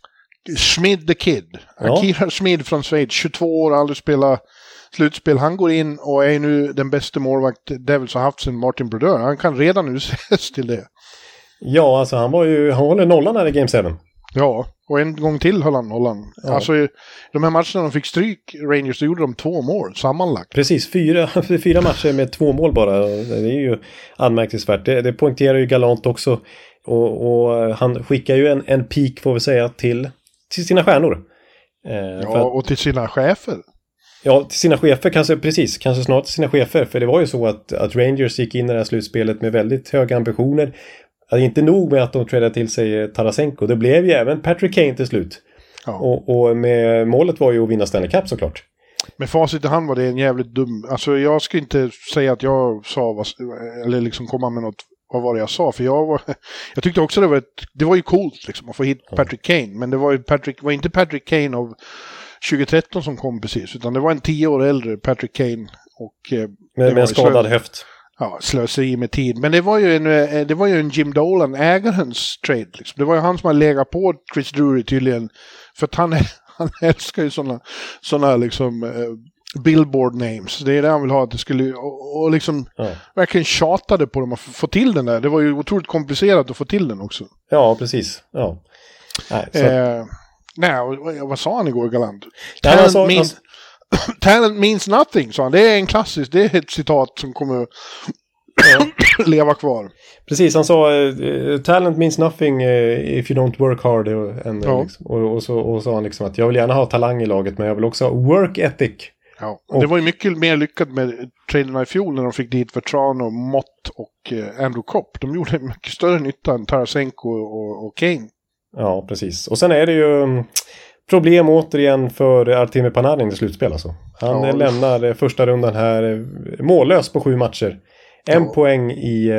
Schmid the Kid. Ja. Akira Schmid från Schweiz, tjugotvå år, aldrig spelat slutspel. Han går in och är nu den bästa målvakt Devils har haft sedan Martin Brodeur. Han kan redan nu ses till det. Ja, alltså han var ju, han håller nollan här i Game sju. Ja, och en gång till höll han nollan. Ja. Alltså de här matcherna de fick stryk, Rangers, så gjorde de två mål sammanlagt. Precis, fyra, fyra matcher med två mål bara. Det är ju anmärkningsvärt. Det, det poängterar ju Gallant också. Och, och han skickar ju en, en peak, får vi säga, till, till sina stjärnor. Eh, ja, att, och till sina chefer. Ja, till sina chefer kanske, precis. Kanske snart till sina chefer. För det var ju så att, att Rangers gick in i det här slutspelet med väldigt höga ambitioner. Alltså, inte nog med att de trädde till sig Tarasenko. Det blev ju även Patrick Kane till slut. Ja. Och, och med målet var ju att vinna Stanley Cup såklart. Med facit i hand var det en jävligt dum... Alltså jag skulle inte säga att jag sa vad, eller liksom komma med något, vad var det jag sa, för jag var, jag tyckte också det var ett, det var ju coolt liksom att få hit Patrick Kane, men det var ju Patrick, var inte Patrick Kane av tjugo-tretton som kom precis, utan det var en tio år äldre Patrick Kane och eh, med, med en skadad slö, höft. Ja, slöseri med tid, men det var ju en, det var ju en Jim Dolan, ägarens trade liksom. Det var ju han som hade legat på Chris Drury tydligen, för att han, han älskar ju sådana såna liksom eh, billboard names. Det är det han vill ha, att det skulle, och, och liksom ja. verkligen tjatade på dem att få till den där. Det var ju otroligt komplicerat att få till den också. Ja, precis. Ja. Nej, så... eh, nej vad, vad sa han igår, Galant? Ja, talent, sa, means, han... talent means nothing, sa han. Det är en klassisk, det är ett citat som kommer leva kvar. Precis, han sa uh, talent means nothing uh, if you don't work hard och, and, ja. liksom, och, och, så, och sa han liksom att jag vill gärna ha talang i laget, men jag vill också ha work ethic. Ja, och det var ju mycket mer lyckat med traderna i fjol när de fick dit Vetrano, Mott och uh, Andrew Kopp. De gjorde mycket större nytta än Tarasenko och, och Kane. Ja, precis. Och sen är det ju um, problem återigen för Artemi Panarin i slutspel alltså. Han ja, lämnar det... första rundan här mållös på sju matcher. En ja. poäng i,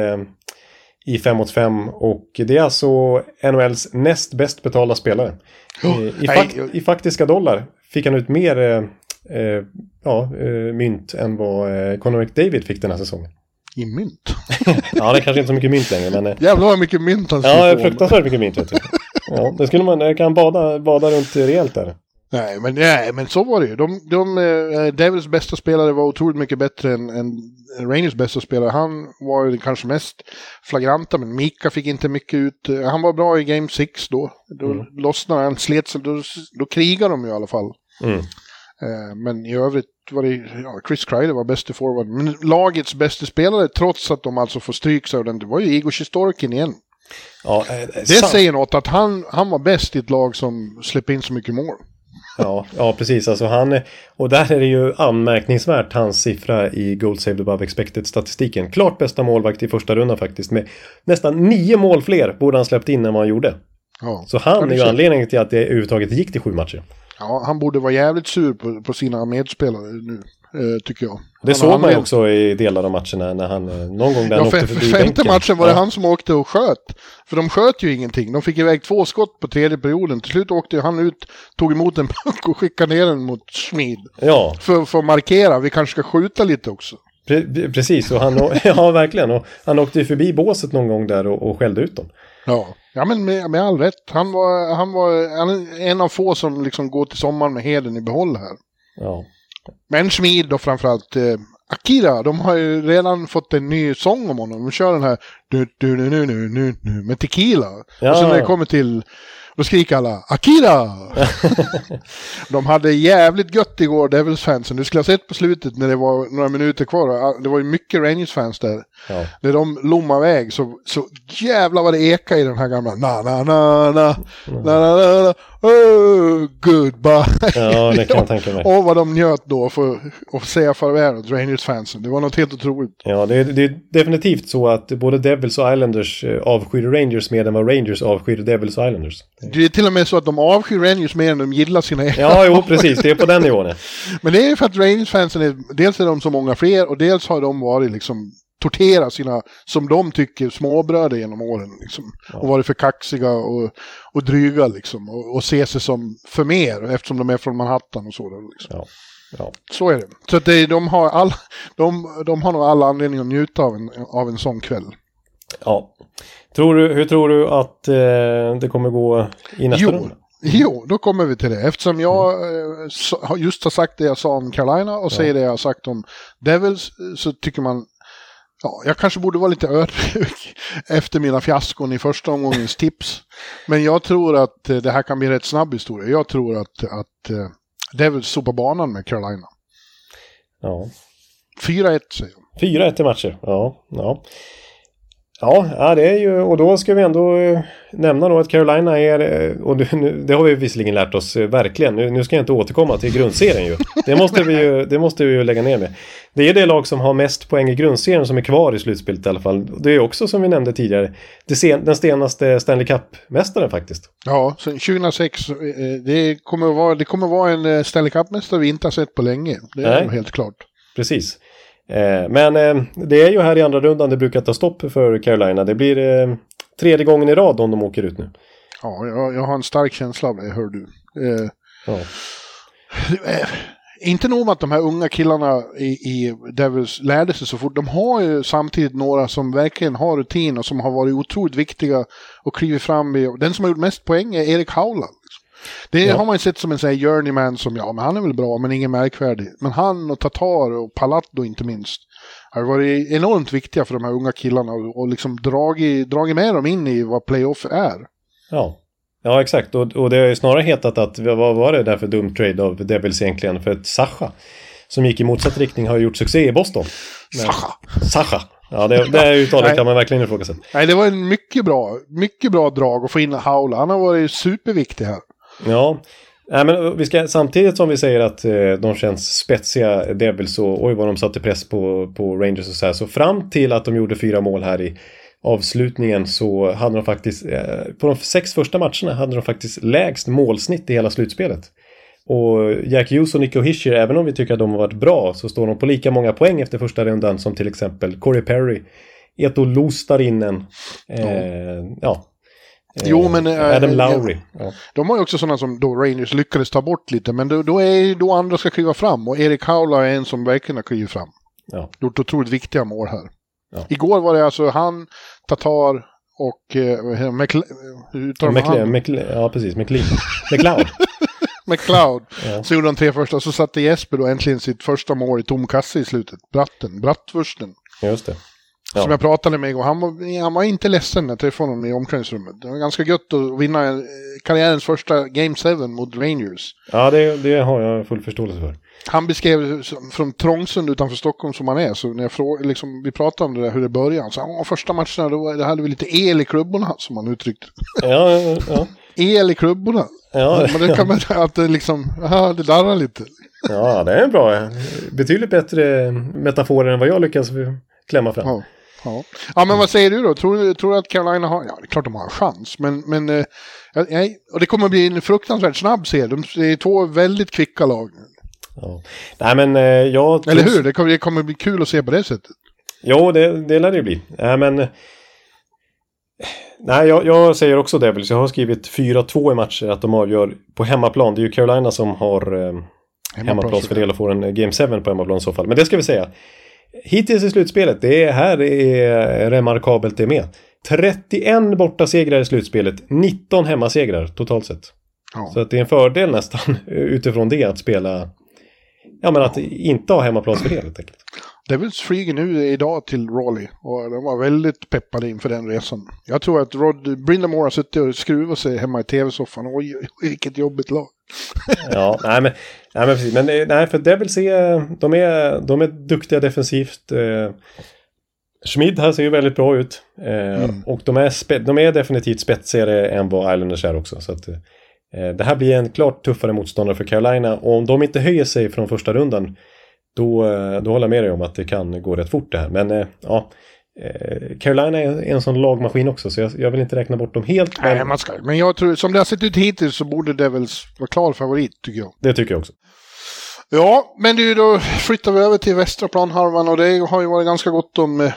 i fem mot fem, och det är alltså N H L:s näst bäst betalda spelare. Oh, I, i, fakt, nej, I faktiska dollar fick han ut mer eh, ja, eh, mynt än vad eh, Connor McDavid fick den här säsongen. I mynt? Ja, det är kanske inte så mycket mynt längre. Men, jävlar vad mycket mynt han ja, fruktansvärt mycket mynt. Vet du. Ja, det skulle man kan bada, bada runt rejält där. Nej, men, nej, men så var det ju. De, de, uh, Devils bästa spelare var otroligt mycket bättre än, än Rangers bästa spelare. Han var ju kanske mest flagranta, men Mika fick inte mycket ut. Uh, han var bra i Game sex då. Då mm. lossnade han, slet sig. Då, då krigar de ju i alla fall. Mm. Uh, men i övrigt var det, ja, Chris Kreider var bästa forward. Men lagets bästa spelare, trots att de alltså får stryk sig, det var ju Igor Shesterkin igen. Ja, äh, det sant. Säger något att han, han var bäst i ett lag som släppte in så mycket mål. Ja, ja, precis. Alltså han, och där är det ju anmärkningsvärt hans siffra i Goal Saved Above Expected-statistiken. Klart bästa målvakt i första rundan faktiskt. Med nästan nio mål fler borde han släppt in än vad han gjorde. Ja. Så han är ju anledningen till att det överhuvudtaget gick till sju matcher. Ja, han borde vara jävligt sur på, på sina medspelare nu, eh, tycker jag. Det såg man ju också i delar av matcherna när han någon gång där ja, han åkte förbi bänken. Femte matchen var det ja. han som åkte och sköt. För de sköt ju ingenting. De fick iväg två skott på tredje perioden. Till slut åkte han ut, tog emot en puck och skickade ner den mot Schmid. Ja. För, för att markera, vi kanske ska skjuta lite också. Pre- precis, och han, ja verkligen. Och han åkte ju förbi båset någon gång där och, och skällde ut dem. Ja, ja men med, med all rätt. Han var, han var han en av få som liksom går till sommaren med heden i behåll här. Ja. Men Schmid då framförallt... Eh, Akira, de har ju redan fått en ny sång om honom. De kör den här du, du, nu, nu, nu, nu, nu, med tequila. Ja. Och sen när det kommer till, då skriker alla Akira! De hade jävligt gött igår, Devils-fansen. Du skulle ha sett på slutet när det var några minuter kvar. Det var ju mycket Rangers-fans där. Ja. När de lommade iväg så, så jävla vad det eka i den här gamla na na na na na na na na oh, goodbye. Ja, det kan jag tänka mig. Och vad de njöt då för att säga farväl åt Rangers-fansen. Det var något helt otroligt. Ja, det är, det är definitivt så att både Devils och Islanders avskyr Rangers mer än vad Rangers avskyr Devils och Islanders. Det är till och med så att de avskyr Rangers mer än de gillar sina egna. Ja, jo, precis. Det är på den nivån. Men det är för att Rangers-fansen är, dels är de så många fler och dels har de varit liksom tortera sina, som de tycker, småbröder genom åren liksom. Ja. Och varit för kaxiga och, och dryga liksom. Och, och se sig som för mer eftersom de är från Manhattan och så där, liksom. Ja. Ja. Så är det. Så att det, de, har all, de, de har nog alla anledning att njuta av en, av en sån kväll. Ja. Tror du, hur tror du att eh, det kommer gå i nästa jo. runda? Jo, då kommer vi till det. Eftersom jag mm. eh, just har sagt det jag sa om Carolina och ja. säger det jag har sagt om Devils, så tycker man, ja, jag kanske borde vara lite ödmjuk efter mina fiaskon i första omgångens tips. Men jag tror att eh, det här kan bli en rätt snabb historia. Jag tror att, att eh, Devils sopar banan med Carolina. Ja. fyra ett säger jag. fyra ett i matcher, ja. Ja. Ja, ja, det är ju, och då ska vi ändå eh, nämna då att Carolina är, och nu, det har vi visserligen lärt oss eh, verkligen, nu, nu ska jag inte återkomma till grundserien ju. Det måste vi ju, det måste vi ju lägga ner med. Det är det lag som har mest poäng i grundserien som är kvar i slutspelet i alla fall. Det är också, som vi nämnde tidigare, det sen, den senaste Stanley Cup-mästaren faktiskt. Ja, sen tjugohundrasex, eh, det kommer att vara, det kommer att vara en Stanley Cup-mästare vi inte har sett på länge. Det är nog helt klart. Precis. Men det är ju här i andra rundan det brukar ta stopp för Carolina. Det blir eh, tredje gången i rad om de åker ut nu. Ja, jag, jag har en stark känsla av det, hör du. Eh, ja. eh, inte nog med att de här unga killarna i, i Devils lärde sig så fort. De har ju samtidigt några som verkligen har rutin och som har varit otroligt viktiga och klivit fram i. Den som har gjort mest poäng är Erik Haula. Det ja. har man ju sett som en sån här journeyman som, ja, men han är väl bra, men ingen märkvärdig. Men han och Tatar och Palatto inte minst har varit enormt viktiga för de här unga killarna och, och liksom dragit, dragit med dem in i vad playoff är. Ja, ja exakt. Och, och det har ju snarare hetat att, vad var det där för dum trade av Devils egentligen? För att Sacha, som gick i motsatt riktning, har gjort succé i Boston. Sacha! Sacha! Ja, det, det är uttalet kan man verkligen ifrågasätta. Nej, det var en mycket bra, mycket bra drag att få in Haula. Han har varit superviktig här. Ja, nej, men vi ska, samtidigt som vi säger att eh, de känns spetsiga Devils och oj vad de satte press på, på Rangers och så här, så fram till att de gjorde fyra mål här i avslutningen så hade de faktiskt, eh, på de sex första matcherna hade de faktiskt lägst målsnitt i hela slutspelet. Och Jack Hughes och Nico Hischier, även om vi tycker att de har varit bra, så står de på lika många poäng efter första rundan som till exempel Corey Perry, Eto Luostarinen, eh, ja. Jo, men Adam Lowry. Ja. De har ju också sådana som då Rangers lyckades ta bort lite, men då, då är då andra ska kliva fram och Erik Haula är en som verkligen har klivit fram. Ja. Gjort otroligt viktiga mål här. Ja. Igår var det alltså han, Tatar och eh, McLe- McLe- McLe- ja precis, McLean. McLeod. McLeod. Ja. Så gjorde de tre första, så satte Jesper då äntligen sitt första mål i tom kasse i slutet. Bratten, Brattvursten. Just det. Ja. Som jag pratade med och han var, han var inte ledsen när jag träffade honom i omklädningsrummet. Det var ganska gött att vinna karriärens första Game sju mot Rangers. Ja, det, det har jag full förståelse för. Han beskrev från Trångsund utanför Stockholm som han är. Så när jag frågade, liksom, vi pratade om det där, hur det började. Han sa, första matcherna då, det hade vi lite el i klubborna, som han uttryckte. Ja, ja, ja. El i klubborna. Ja, men det kan man, att det liksom, aha, det darrar lite. Ja, det är en bra, betydligt bättre metafor än vad jag lyckas klämma fram. Ja. Ja. ja, men vad säger du då? Tror du, tror du att Carolina har... Ja, det är klart de har en chans. Men, men eh, nej, och det kommer bli en fruktansvärt snabb serie. De är två väldigt kvicka lag. Ja. Nej, men eh, jag... Eller hur? Det kommer, det kommer bli kul att se på det sättet. Jo, det, det lär det bli. Nej, men... Nej, jag, jag säger också Devils. Jag har skrivit fyra två i matcher att de avgör på hemmaplan. Det är ju Carolina som har eh, hemmaplansfördel och får en Game sju på hemmaplan i så fall. Men det ska vi säga. Hittills i slutspelet, det är här är remarkabelt det med. trettioen borta segrar i slutspelet, nitton hemmasegrar totalt sett. Ja. Så att det är en fördel nästan utifrån det att spela, ja men att ja. inte ha hemmaplansfördel helt enkelt. Devils flyger nu idag till Raleigh och de var väldigt peppade inför den resan. Jag tror att Rod Brindamore har suttit och skruvat sig hemma i tv-soffan. Oj, vilket jobbigt lag. Ja, nej men, nej men precis. Men nej, för Devils är, de är, de är duktiga defensivt. Eh, Schmid här ser ju väldigt bra ut. Eh, mm. Och de är, spe, de är definitivt spetsigare än vad Islanders är också. Så att, Eh, det här blir en klart tuffare motståndare för Carolina. Och om de inte höjer sig från första rundan, då, då håller jag med dig om att det kan gå rätt fort det här. Men eh, ja, eh, Carolina är en sån lagmaskin också, så jag, jag vill inte räkna bort dem helt. Nej, men... man ska. Men jag tror, som det har sett ut hittills så borde det väl vara klar favorit, tycker jag. Det tycker jag också. Ja, men du, då flyttar vi över till västra planhalvan och det har ju varit ganska gott om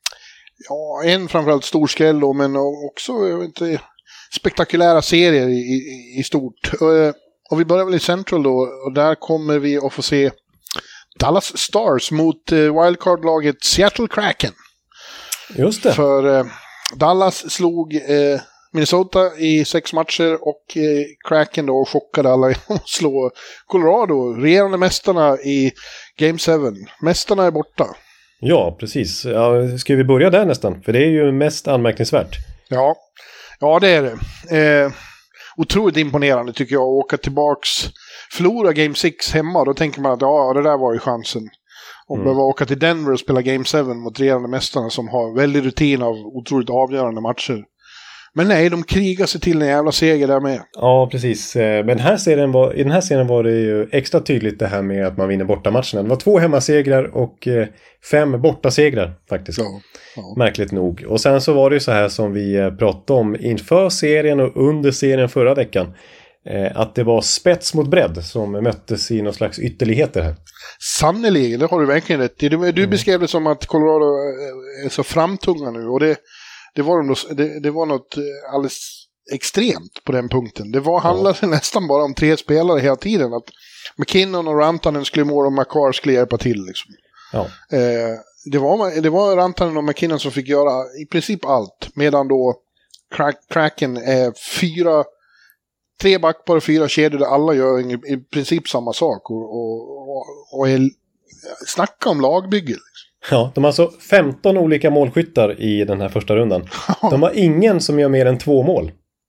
ja, en framförallt stor skräll då, men också jag vet inte, spektakulära serier i, i, i stort. Och vi börjar väl i Central då, och där kommer vi att få se Dallas Stars mot wildcard-laget Seattle Kraken. Just det. För eh, Dallas slog eh, Minnesota i sex matcher och eh, Kraken då chockade alla genom att slå Colorado, regerande mästarna i Game sju. Mästarna är borta. Ja, precis. Ja, ska vi börja där nästan? För det är ju mest anmärkningsvärt. Ja, ja det är det. Eh, otroligt imponerande tycker jag att åka tillbaks, förlora Game sex hemma. Då tänker man att ja, det där var ju chansen. Och mm. behöva åka till Denver och spela Game sju mot regerande mästarna som har väldigt rutin av otroligt avgörande matcher. Men nej, de krigar sig till en jävla seger där med. Ja, precis. Men den här serien var, i den här serien var det ju extra tydligt det här med att man vinner bortamatcherna. Det var två hemmasegrar och fem bortasegrar faktiskt. Ja, ja. Märkligt nog. Och sen så var det ju så här som vi pratade om inför serien och under serien förra veckan. Att det var spets mot bredd som möttes i någon slags ytterligheter här. Sannolikt, det har du verkligen rätt i. Du, du mm. beskrev det som att Colorado är så framtunga nu och det... Det var, det, det var något alldeles extremt på den punkten. Det var, handlade ja. nästan bara om tre spelare hela tiden. Att McKinnon och Rantanen skulle måla och Makar skulle hjälpa till. Liksom. Ja. Eh, det, var, det var Rantanen och McKinnon som fick göra i princip allt. Medan då crack, Kraken är fyra, tre backpar och fyra kedjor där alla gör i, i princip samma sak. Och, och, och, och är, snacka om lagbygge liksom. Ja, de har alltså femton olika målskyttar i den här första rundan. De har ingen som gör mer än två mål.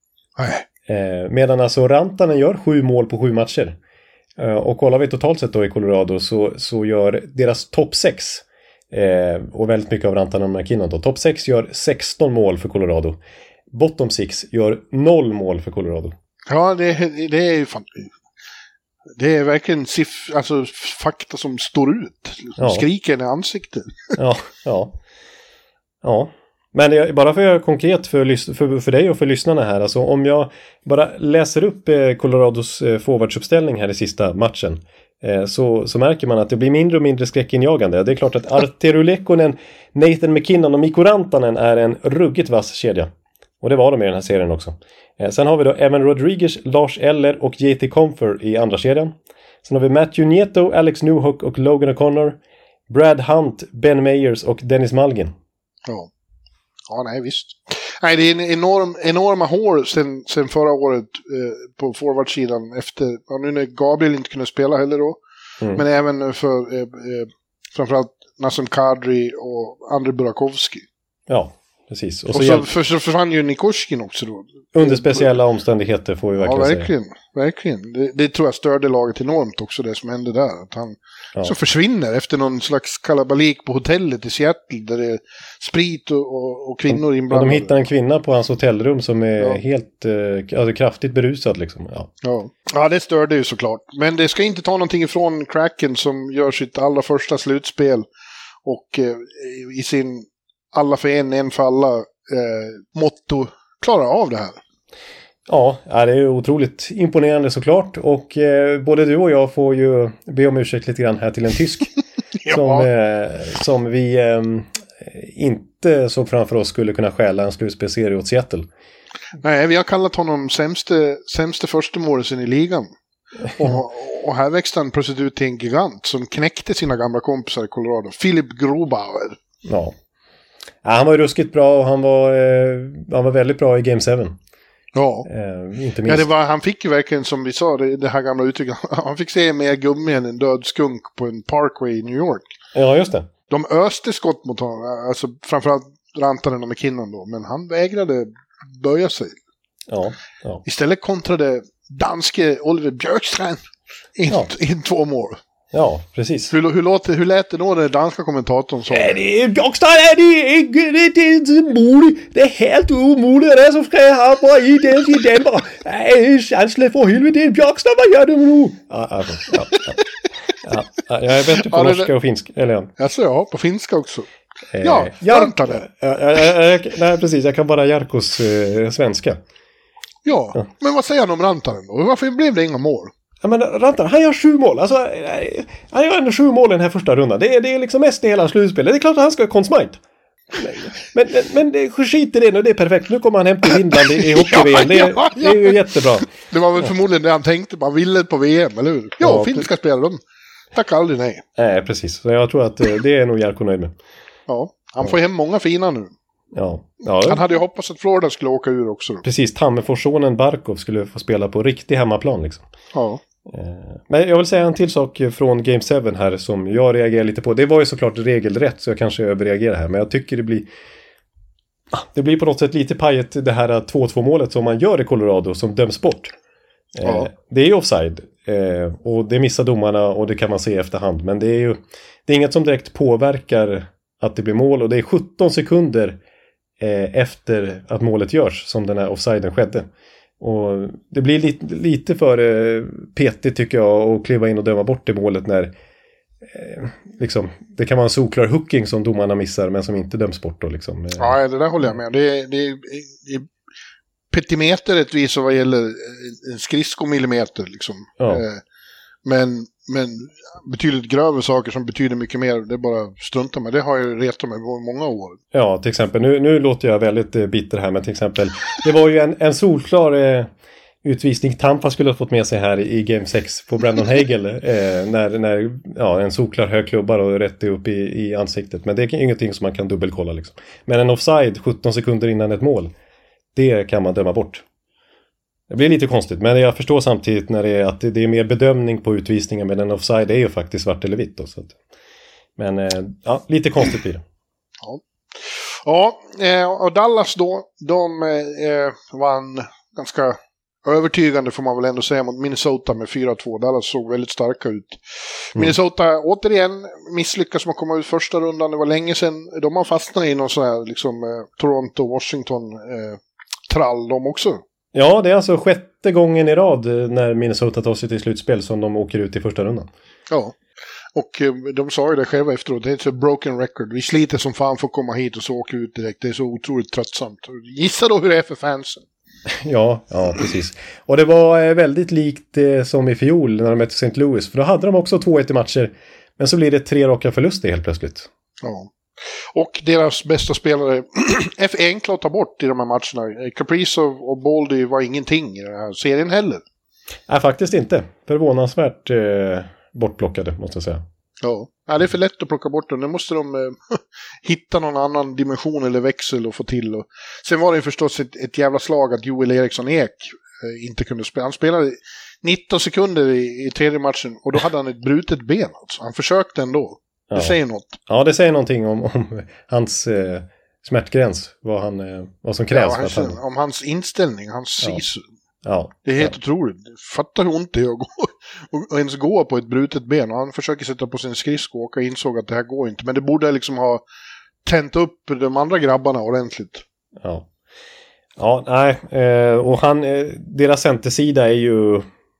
Eh, medan alltså Rantanen gör sju mål på sju matcher. Eh, och kollar vi totalt sett då i Colorado så, så gör deras topp sex, eh, och väldigt mycket av Rantanen och McKinnon då. Topp sex gör sexton mål för Colorado. Bottom sex gör noll mål för Colorado. Ja, det, det är ju fan... Det är verkligen siff- alltså, fakta som står ut. Ja. Skriker i ansiktet. Ja, ja. Ja. Men det, bara för att göra konkret för, för, för dig och för lyssnarna här. Alltså om jag bara läser upp eh, Colorados eh, forwardsuppställning här i sista matchen. Eh, så, så märker man att det blir mindre och mindre skräckinjagande. Det är klart att Arturu Lekkonen, Nathan McKinnon och Mikko Rantanen är en ruggigt vass kedja. Och det var de i den här serien också. Eh, sen har vi då Evan Rodriguez, Lars Eller och J T Compher i andra kedjan. Sen har vi Matthew Nieto, Alex Newhook och Logan O'Connor. Brad Hunt, Ben Meyers och Dennis Malgin. Ja, ja nej visst. Nej, det är en enorm, enorma hål sen, sen förra året eh, på forwardsidan. Efter, ja, nu när Gabriel inte kunde spela heller då. Mm. Men även för eh, eh, framförallt Nassim Kadri och Andrei Burakovsky. Ja. Precis. Och så, och så, hjälp... för, så försvann ju Nikoshkin också då. Under speciella omständigheter får vi verkligen säga. Ja, verkligen. Säga. Verkligen. Det, det tror jag störde laget enormt också, det som hände där. Att han ja. så försvinner efter någon slags kalabalik på hotellet i Seattle där det är sprit och, och, och kvinnor inblandade. Ja, de hittar en kvinna på hans hotellrum som är ja. helt eh, alltså kraftigt berusad liksom. Ja. Ja. ja, det störde ju såklart. Men det ska inte ta någonting ifrån Kraken som gör sitt allra första slutspel och eh, i sin alla för en, en för alla eh, motto klarar av det här. Ja, det är otroligt imponerande såklart. Och eh, både du och jag får ju be om ursäkt lite grann här till en tysk. ja. som, eh, som vi eh, inte såg framför oss skulle kunna stjäla en slutspelserie åt Seattle. Nej, vi har kallat honom sämste, sämste första målisen i ligan. Och, och här växte han plötsligt ut till en gigant som knäckte sina gamla kompisar i Colorado. Philip Grubauer. Ja. Ja, han var ju ruskigt bra och han var, eh, han var väldigt bra i Game sju. Ja, eh, inte minst. Ja det var, han fick ju verkligen, som vi sa, det, det här gamla uttrycket, han fick se mer gummi än en död skunk på en parkway i New York. Ja, just det. De öste skott mot honom, alltså framförallt Rantanen och McKinnon då, men han vägrade böja sig. Ja, ja. Istället kontrade danske Oliver Björkstrand in, ja. in två mål. Ja, precis. Hur, hur, låter, hur lät det då den danska kommentatorn som? Ja, det är Björkstad, är det inte, det, det är inte muligt. Det är helt umuligt, det är så ska jag ha på i den i den bara. Nej, chansle för helvete, det är Björkstad, vad gör du nu? Ja, alltså, ja, ja. Ja, ja, jag är bättre på ja, norska det... och finska, eller ja. Alltså, ja, på finska också. Eh, ja, Rantanen. Ja, ja, ja, ja, nej, precis, jag kan bara Jarkos eh, svenska. Ja, ja, men vad säger han om Rantanen då? Varför blev det inga mål? Ja, men Rantanen, han gör sju mål. Alltså, han gör ändå sju mål i den här första rundan. Det är, det är liksom mest i hela slutspelet. Det är klart att han ska ha Consmite. Men, men, men det, skit i det nu, det är perfekt. Nu kommer han hem till Finland i, i hockey-V M. Det, ja, ja, ja. det är ju jättebra. Det var väl förmodligen det han tänkte. Man ville på V M, eller hur? Ja, ja finska spelare, de tackar aldrig nej. Nej, precis. Så jag tror att det är nog Jarko nöjd med. Ja, han får hem många fina nu. Ja. Ja. Han hade ju hoppats att Florida skulle åka ur också. Då. Precis, Tammerforssonen Barkov skulle få spela på riktig hemmaplan liksom. Ja. Men jag vill säga en till sak från Game sju här som jag reagerar lite på. Det var ju såklart regelrätt så jag kanske överreagerar här. Men jag tycker det blir det blir på något sätt lite pajet det här två två målet som man gör i Colorado som döms bort. Ja. Det är ju offside och det missar domarna och det kan man se i efterhand. Men det är ju det är inget som direkt påverkar att det blir mål och det är sjutton sekunder efter att målet görs som den här offsiden skedde. Och det blir lite, lite för eh, petigt tycker jag att kliva in och döma bort det målet när eh, liksom, det kan vara en solklar hooking som domarna missar men som inte döms bort då liksom. Ja, det där håller jag med. Det är, det är, det är petimeter ett vis vad gäller en skridskomillimeter liksom. Ja. Eh, men, men betydligt grövre saker som betyder mycket mer, det är bara strunta med. Det har jag retat mig på många år. Ja, till exempel, nu, nu låter jag väldigt eh, bitter här, men till exempel, det var ju en, en solklar eh, utvisning Tampa skulle ha fått med sig här i, i Game sex på Brandon Hagel. eh, när när ja, en solklar högklubbar och rätt upp i, i ansiktet. Men det är ingenting som man kan dubbelkolla liksom. Men en offside sjutton sekunder innan ett mål, det kan man döma bort. Det blir lite konstigt, men jag förstår samtidigt när det är att det är mer bedömning på utvisningar, men en offside är ju faktiskt svart eller vitt då, så att, men ja, lite konstigt blir det. Ja, ja och Dallas då, de eh, vann ganska övertygande får man väl ändå säga mot Minnesota med fyra två. Dallas såg väldigt starka ut. Mm. Minnesota återigen misslyckas med att komma ut första rundan, det var länge sedan. De har fastnat i någon sån här liksom eh, Toronto-Washington eh, trall de också. Ja, det är alltså sjätte gången i rad när Minnesota tar sig till slutspel som de åker ut i första rundan. Ja, och de sa ju det själva efteråt. Det är ett broken record. Vi sliter som fan för att komma hit och så åker ut direkt. Det är så otroligt tröttsamt. Gissa då hur det är för fansen. Ja, ja, precis. Och det var väldigt likt eh, som i fjol när de mötte Saint Louis. För då hade de också två ett i matcher. Men så blir det tre raka förluster helt plötsligt. Ja. Och deras bästa spelare är för enkla att ta bort i de här matcherna. Kaprizov och Boldy var ingenting i den här serien heller. Nej, faktiskt inte. Förvånansvärt eh, bortplockade, måste jag säga. Ja. Ja, det är för lätt att plocka bort dem. Nu måste de eh, hitta någon annan dimension eller växel och få till. Och... Sen var det ju förstås ett, ett jävla slag att Joel Eriksson Ek eh, inte kunde spela. Han spelade nitton sekunder i, i tredje matchen och då hade han ett brutet ben. Alltså. Han försökte ändå. Det ja. säger något. Ja, det säger någonting om, om hans eh, smärtgräns. Vad, han, eh, vad som krävs. Ja, för att han... Om hans inställning, hans ja. sisu. Ja. Det är helt ja. otroligt. Fattar hur ont det är att gå, och ens gå på ett brutet ben. Och han försöker sätta på sin skridsko och åka och insåg att det här går inte. Men det borde liksom ha tänt upp de andra grabbarna ordentligt. Ja, ja nej. Eh, och han, eh, deras centersida är ju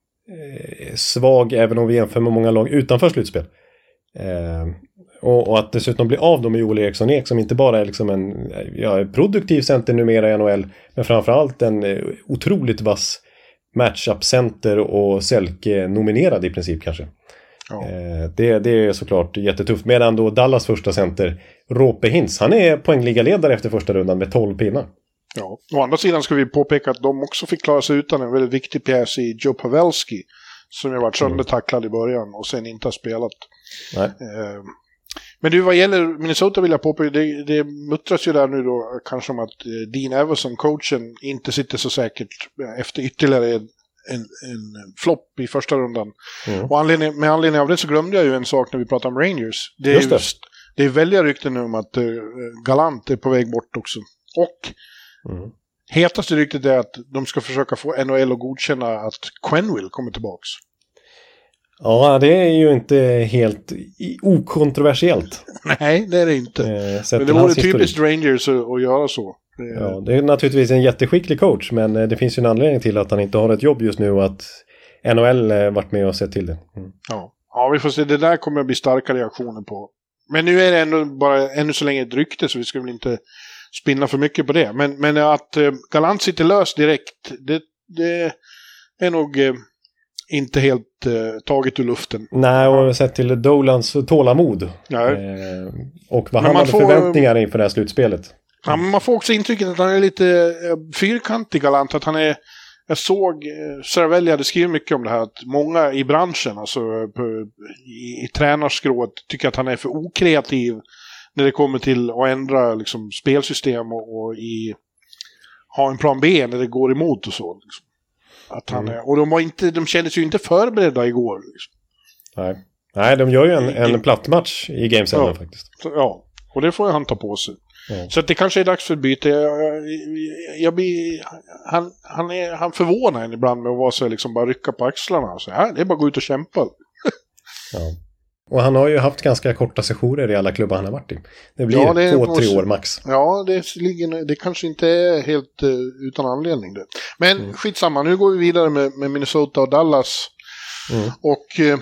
eh, svag även om vi jämför med många lag utanför slutspel. Eh, och, och att dessutom bli av dem med Joel Eriksson Ek som inte bara är liksom en ja, produktiv center numera i N H L, men framförallt en eh, otroligt vass matchup-center och Selke-nominerad i princip kanske. Ja. Eh, det, det är såklart jättetufft. Medan då Dallas första center, Roope Hintz, han är poängligaledare efter första rundan med tolv pinnar. Ja, å andra sidan ska vi påpeka att de också fick klara sig utan en väldigt viktig pjäs i Joe Pavelski som ju varit söndertacklad i början och sen inte har spelat. Nej. Eh, men du, vad gäller Minnesota vill jag påpeka, det, det muttras ju där nu då kanske om att Dean Everson, coachen, inte sitter så säkert efter ytterligare en, en, en flopp i första rundan. Mm. Och anledning, med anledning av det så glömde jag ju en sak när vi pratade om Rangers. Det är, just, det är väldiga rykten nu om att uh, Gallant är på väg bort också. Och mm. hetaste ryktet är att de ska försöka få N H L att godkänna att Quenneville kommer tillbaks. Ja, det är ju inte helt okontroversiellt. Nej, det är det inte. Eh, men det vore typiskt Rangers att, att göra så. Det... Ja, det är naturligtvis en jätteskicklig coach, men det finns ju en anledning till att han inte har ett jobb just nu och att N H L varit med och sett till det. Mm. Ja. ja, vi får se. Det där kommer att bli starka reaktioner på. Men nu är det ändå bara ännu så länge ett rykte, så vi ska väl inte spinna för mycket på det. Men, men att eh, Gallant sitter lös direkt, det, det är nog eh, inte helt eh, taget ur luften. Nej, och sett till Dolans tålamod. Eh, och vad han hade får, förväntningar inför det här slutspelet. Ja, men man får också intrycket att han är lite eh, fyrkantig Gallant, att han är. Jag såg, Saravelli hade skrivit mycket om det här, att många i branschen, alltså på, i, i tränarskrået, tycker att han är för okreativ när det kommer till att ändra liksom, spelsystem och, och i, ha en plan B när det går emot och så. Liksom. Att han är, och de, var inte, de kändes ju inte förberedda igår. Liksom. Nej. Nej, de gör ju en, en platt match i Game seven ja, faktiskt. Så, ja, och det får ju han ta på sig. Mm. Så att det kanske är dags för byte. Jag, jag, jag blir, han, han, är, han förvånar en ibland med att vara så liksom bara rycka på axlarna och så här, det är bara att gå ut och kämpa. Ja. Och han har ju haft ganska korta sessioner i alla klubbar han har varit i. Det blir ja, det två, måste, tre år max. Ja, det, ligger, det kanske inte är helt uh, utan anledning det. Men mm. skitsamma, nu går vi vidare med, med Minnesota och Dallas. Mm. Och uh,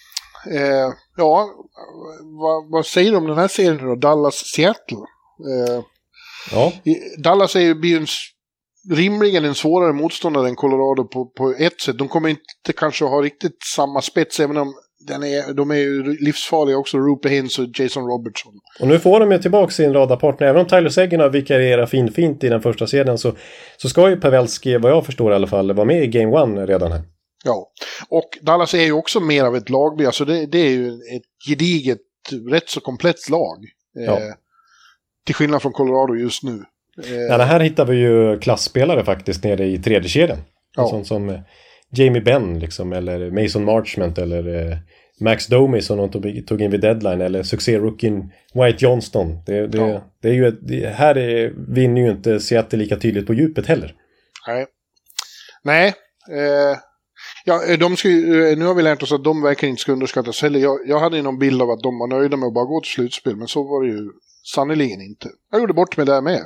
uh, ja, vad, vad säger du om den här serien då? Dallas-Seattle? Uh, ja. Dallas är ju blir en, rimligen en svårare motståndare än Colorado på, på ett sätt. De kommer inte kanske ha riktigt samma spets, även om den är, de är ju livsfarliga också, Rupe Hintz och Jason Robertson. Och nu får de ju tillbaka sin radarpartner. Även om Tyler Seguin har vikarierat fin-fint i den första serien, så, så ska ju Pavelski, vad jag förstår i alla fall, vara med i Game one redan här. Ja, och Dallas är ju också mer av ett lag, alltså det, det är ju ett gediget, rätt så komplett lag. Ja. Eh, till skillnad från Colorado just nu. Eh, ja, det här hittar vi ju klassspelare faktiskt nere i tredje kedjan. Ja. Sånt som eh, Jamie Benn liksom, eller Mason Marchment, eller eh, Max Domi som de tog, tog in vid deadline, eller succé-rookien White Johnston. Det, det, ja. det är ju ett, det, här är, vinner ju inte Seattle lika tydligt på djupet heller. Nej. Nej. Eh, ja, de ska, nu har vi lärt oss att de verkligen inte ska underskattas heller. Jag, jag hade ju någon bild av att de var nöjda med att bara gå till slutspel, men så var det ju sannoliken inte. Jag gjorde bort med det här med.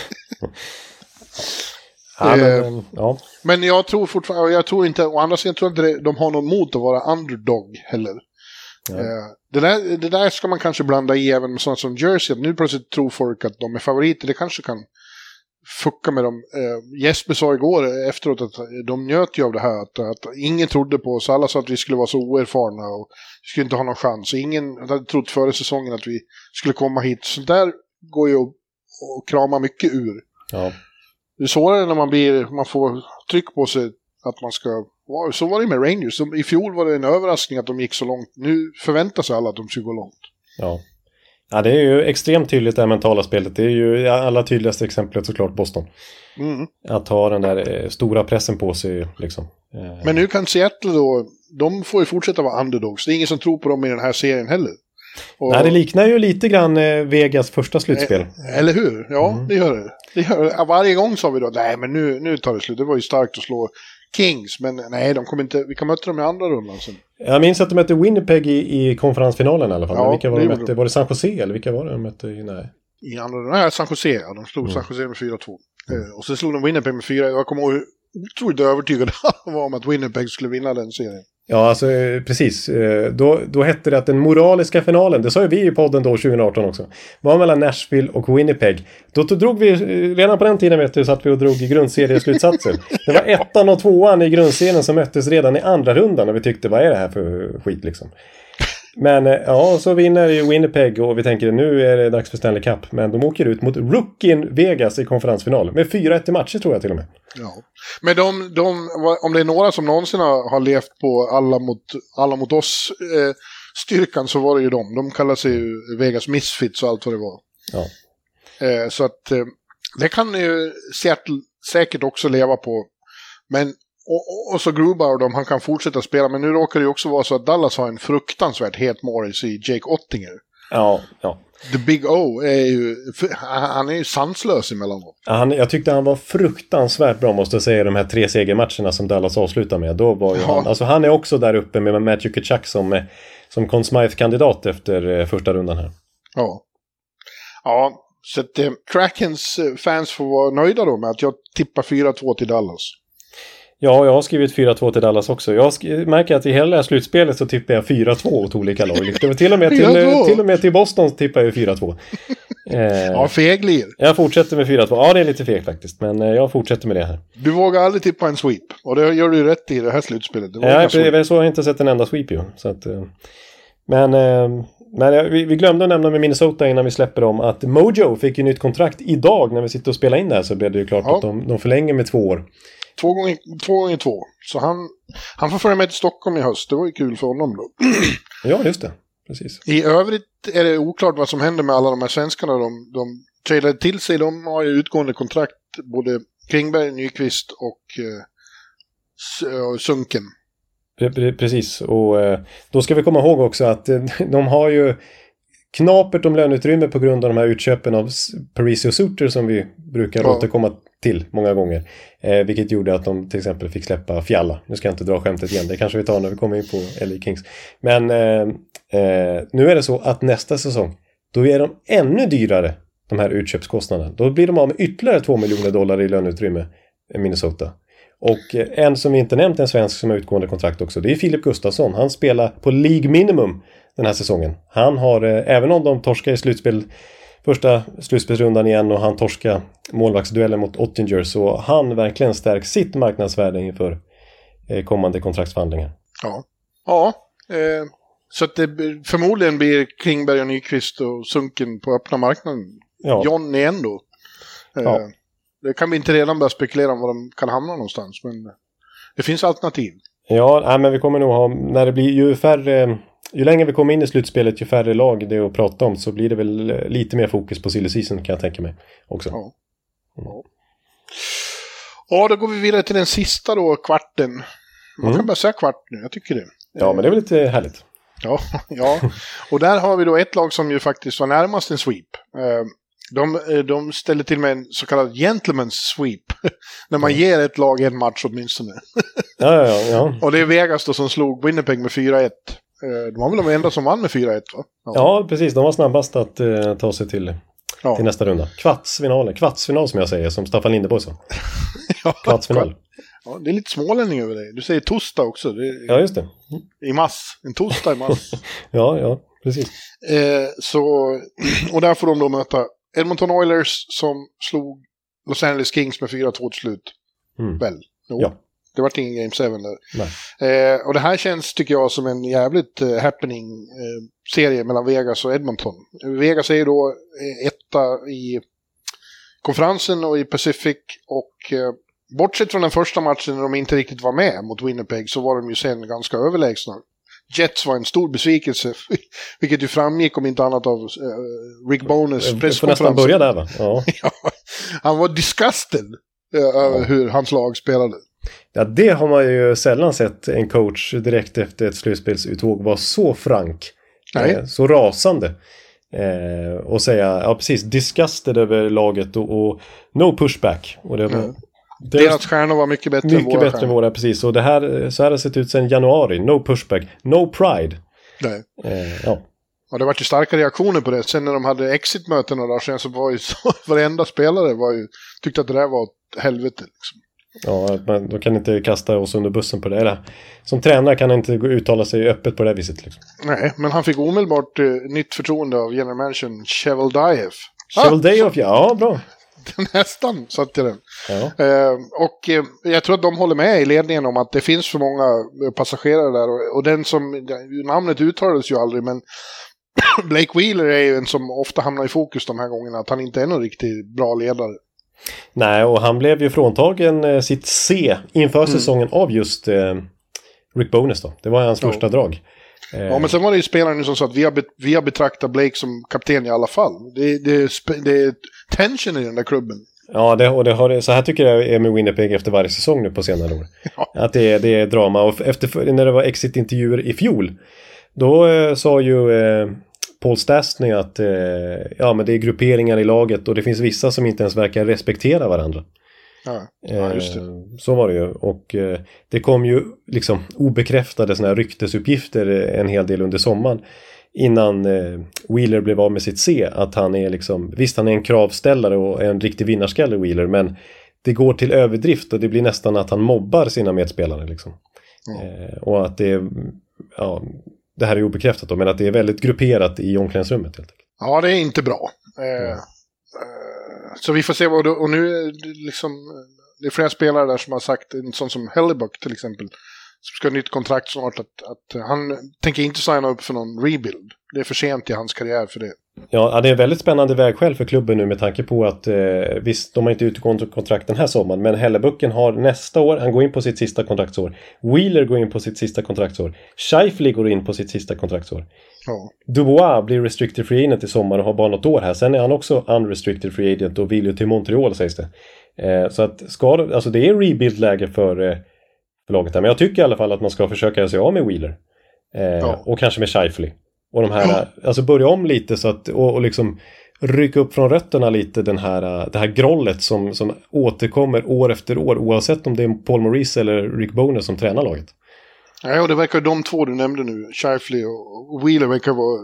Ja, men, ja. men jag tror fortfarande, jag tror inte, å andra sidan tror jag inte de har någon mot att vara underdog heller. Ja. Det, där, det där ska man kanske blanda i även med sådana som Jersey. Nu plötsligt tror folk att de är favoriter. Det kanske kan fucka med dem. Jesper sa igår efteråt att de njöt ju av det här. Att, att ingen trodde på oss. Alla sa att vi skulle vara så oerfarna och vi skulle inte ha någon chans. Ingen hade trott före säsongen att vi skulle komma hit. Så där går ju att, att krama mycket ur. Ja. Det är svårare när man, blir, man får tryck på sig att man ska... Så var det med Rangers. I fjol var det en överraskning att de gick så långt. Nu förväntar sig alla att de ska gå långt. Ja. Ja, det är ju extremt tydligt det här mentala spelet. Det är ju alla tydligaste exemplet såklart Boston. Mm. Att ha den där stora pressen på sig liksom. Men nu kan Seattle då... De får ju fortsätta vara underdogs. Det är ingen som tror på dem i den här serien heller. Och... Nej, det liknar ju lite grann Vegas första slutspel. Eller hur? Ja, mm. det gör det. det gör det. Varje gång sa vi då, nej men nu, nu tar det slut. Det var ju starkt att slå Kings, men nej, de kommer inte, vi kan möta dem i andra rundan sen. Jag minns att de mötte Winnipeg i, i konferensfinalen i alla fall. Ja, vilka var, de mötte? Var det San Jose eller vilka var det de mötte? Nej. I andra rundan, nej, San Jose, ja. De slog mm. San Jose med fyra två. Mm. Och sen slog de Winnipeg med fyra. Jag kommer ihåg hur otroligt övertygad var om att Winnipeg skulle vinna den serien. Ja, alltså precis. Då, då hette det att den moraliska finalen, det sa ju vi i podden då tjugo arton också, var mellan Nashville och Winnipeg. Då, då drog vi, redan på den tiden vet du, så att vi och drog i grundserieslutsatser. Det var ettan och tvåan i grundserien som möttes redan i andra rundan och vi tyckte, vad är det här för skit liksom? Men ja, så vinner ju Winnipeg och vi tänker nu är det dags för Stanley Cup. Men de åker ut mot rookien Vegas i konferensfinal med fyra ett i matcher tror jag till och med. Ja. Men de, de, om det är några som någonsin har levt på alla mot, alla mot oss eh, styrkan, så var det ju de. De kallar sig ju Vegas Misfits och allt vad det var. Ja. Eh, så att eh, det kan ju Seattle säkert också leva på. Men Och, och så Grubauer, de, han kan fortsätta spela. Men nu råkar det ju också vara så att Dallas har en fruktansvärt het Morris i Jake Ottinger. Ja, ja. The Big O är ju, han är ju sanslös emellanåt. Ja, han, jag tyckte han var fruktansvärt bra, måste jag säga, de här tre segermatcherna som Dallas avslutar med. Då var ju ja. han, alltså han är också där uppe med Matthew Tkachuk som, som Conn Smythe-kandidat efter första rundan här. Ja, ja så att eh, Krakens fans får vara nöjda då med att jag tippar fyra två till Dallas. Ja, jag har skrivit fyra två till Dallas också. Jag sk- märker att i hela det här slutspelet så tippar jag fyra två åt olika lag. Det var till och med till, till, och med till Boston tippar jag fyra två. Eh, ja, feglir. Jag fortsätter med fyra två. Ja, det är lite feg faktiskt, men jag fortsätter med det här. Du vågar aldrig tippa en sweep, och det gör du ju rätt i det här slutspelet. Det var ja, jag, så har jag inte sett en enda sweep ju. Så att, men men vi, vi glömde att nämna med Minnesota innan vi släpper dem att Mojo fick ju nytt kontrakt idag. När vi sitter och spelar in det här så blev det ju klart ja. att de, de förlänger med två år. Två gånger, två gånger två. Så han, han får följa med till Stockholm i höst. Det var ju kul för honom då. Ja, just det. Precis. I övrigt är det oklart vad som händer med alla de här svenskarna. De, de trailade till sig. De har ju utgående kontrakt. Både Klingberg, Nyqvist och eh, Sunken. Precis. Och eh, då ska vi komma ihåg också att eh, de har ju knapert om löneutrymme på grund av de här utköpen av Parise och Suter som vi brukar ja. återkomma till många gånger. Eh, vilket gjorde att de till exempel fick släppa Fjalla. Nu ska jag inte dra skämtet igen. Det kanske vi tar när vi kommer in på L A Kings. Men eh, eh, nu är det så att nästa säsong då är de ännu dyrare, de här utköpskostnaderna. Då blir de av med ytterligare två miljoner dollar i löneutrymme i Minnesota. Och eh, en som vi inte nämnt, en svensk som har utgående kontrakt också, det är Filip Gustafsson. Han spelar på League Minimum den här säsongen. Han har, eh, även om de torskar i slutspel första slutspelsrundan igen och han torskar målvaktsduellen mot Ottinger, så han verkligen stärkt sitt marknadsvärde inför eh, kommande kontraktsförhandlingar. Ja, ja eh, så att det förmodligen blir Klingberg och Nyqvist och Sunken på öppna marknaden. Ja. John igen då. Eh, ja. Det kan vi inte redan börja spekulera om var de kan hamna någonstans, men det finns alternativ. Ja, nej, men vi kommer nog ha, när det blir ju färre, ju längre vi kommer in i slutspelet, ju färre lag det är att prata om, så blir det väl lite mer fokus på silly season, kan jag tänka mig också. Ja. Ja. Ja, då går vi vidare till den sista då, kvarten. Man mm. kan bara säga kvart nu, jag tycker det. Ja, men det är väl lite härligt. Ja, ja. Och där har vi då ett lag som ju faktiskt var närmast en sweep. De, de ställer till med en så kallad gentleman's sweep. När man ger ett lag en match åtminstone. Ja, ja, ja. Och det är Vegas då som slog Winnipeg med fyra ett. De var väl de enda som vann med fyra ett, va? Ja, ja precis. De var snabbast att uh, ta sig till, ja. till nästa runda. Kvartsfinalen. Kvartsfinal som jag säger, som Staffan Lindeborg sa. Ja, kvartsfinal. Ja, det är lite smålänning över dig. Du säger torsdag också. Det är, ja, just det. Mm. I mass. En torsdag i mass. ja, ja, precis. Eh, så, och där får de då möta Edmonton Oilers som slog Los Angeles Kings med fyra två till slut. Mm. Väl? No. Ja. Det var ingen Game sju där. Eh, och det här känns, tycker jag, som en jävligt eh, happening eh, serie mellan Vegas och Edmonton. Vegas är ju då eh, etta i konferensen och i Pacific, och eh, bortsett från den första matchen när de inte riktigt var med mot Winnipeg, så var de ju sen ganska överlägsna. Jets var en stor besvikelse, vilket ju framgick om inte annat av uh, Rick Bowness presskonferens. Får nästan börja där, va? Ja. Ja, han var disgusted över uh, hur hans lag spelade. Ja, det har man ju sällan sett en coach direkt efter ett slutspelsuttåg vara så frank. Eh, så rasande. Eh, och säga, ja precis, disgusted över laget och, och no pushback. Och det var... Mm. Deras stjärnor var mycket bättre mycket än våra bättre än våra, precis. Och det här, så här har det sett ut sedan januari. No pushback, no pride. Nej. Eh, ja. Och det var ju starka reaktioner på det. Sen när de hade exit-möten och där sen så var ju så, varenda spelare var ju, tyckte att det där var ett helvete liksom. Ja, man, de kan inte kasta oss under bussen på det. Eller, som tränare kan han inte uttala sig öppet på det här viset liksom. Nej, men han fick omedelbart uh, nytt förtroende av general manager Cheveldaev. Cheveldaev, ah, ja, bra. Nästan satt jag den. Ja. Eh, och eh, jag tror att de håller med i ledningen om att det finns för många passagerare där. Och, och den som, namnet uttalades ju aldrig, men Blake Wheeler är ju en som ofta hamnar i fokus de här gångerna. Att han inte är någon riktigt bra ledare. Nej, och han blev ju fråntagen eh, sitt C inför mm. säsongen av just eh, Rick Bowness då. Det var hans ja. första drag. Eh. Ja, men sen var det ju spelaren som sa att vi har, bet- vi har betraktat Blake som kapten i alla fall. Det, det, det är tension i den där klubben. Ja, det, och det har, så här tycker jag är med Winnipeg efter varje säsong nu på senare år. Ja. Att det, det är drama. Och efter, när det var exit-intervjuer i fjol, då eh, sa ju eh, Paul Stastny att eh, ja, men det är grupperingar i laget och det finns vissa som inte ens verkar respektera varandra. Ja, ja just det. Eh, så var det ju. Och eh, det kom ju liksom obekräftade såna här ryktesuppgifter en hel del under sommaren innan eh, Wheeler blev av med sitt C, att han är liksom, visst han är en kravställare och en riktig vinnarskalle Wheeler, men det går till överdrift och det blir nästan att han mobbar sina medspelare liksom. Mm. Eh, och att det är, ja, det här är obekräftat då, men att det är väldigt grupperat i omklädningsrummet helt enkelt. Ja, det är inte bra. Eh, mm. Så vi får se vad, och nu är det liksom, det är flera spelare där som har sagt, en sån som Hellebuck till exempel, som ska ha nytt kontrakt snart, att, att han tänker inte signa upp för någon rebuild. Det är för sent i hans karriär för det. Ja, det är en väldigt spännande vägskäl för klubben nu med tanke på att eh, visst, de har inte utgått kontrakt den här sommaren, men Hellebucken har nästa år, han går in på sitt sista kontraktsår. Wheeler går in på sitt sista kontraktsår. Scheifele går in på sitt sista kontraktsår. Ja. Dubois blir restricted free agent i sommar och har bara något år här. Sen är han också unrestricted free agent och vill ju till Montreal, sägs det. Eh, så att ska det, alltså det är rebuild-läge för, eh, för laget där. Men jag tycker i alla fall att man ska försöka sig av med Wheeler. Eh, ja. Och kanske med Scheifele. Och de här, ja. Alltså börja om lite så att, och, och liksom rycka upp från rötterna lite den här, det här grollet som, som återkommer år efter år, oavsett om det är Paul Maurice eller Rick Boner som tränar laget. Ja, och det verkar de två du nämnde nu, Scheifele och Wheeler, verkar vara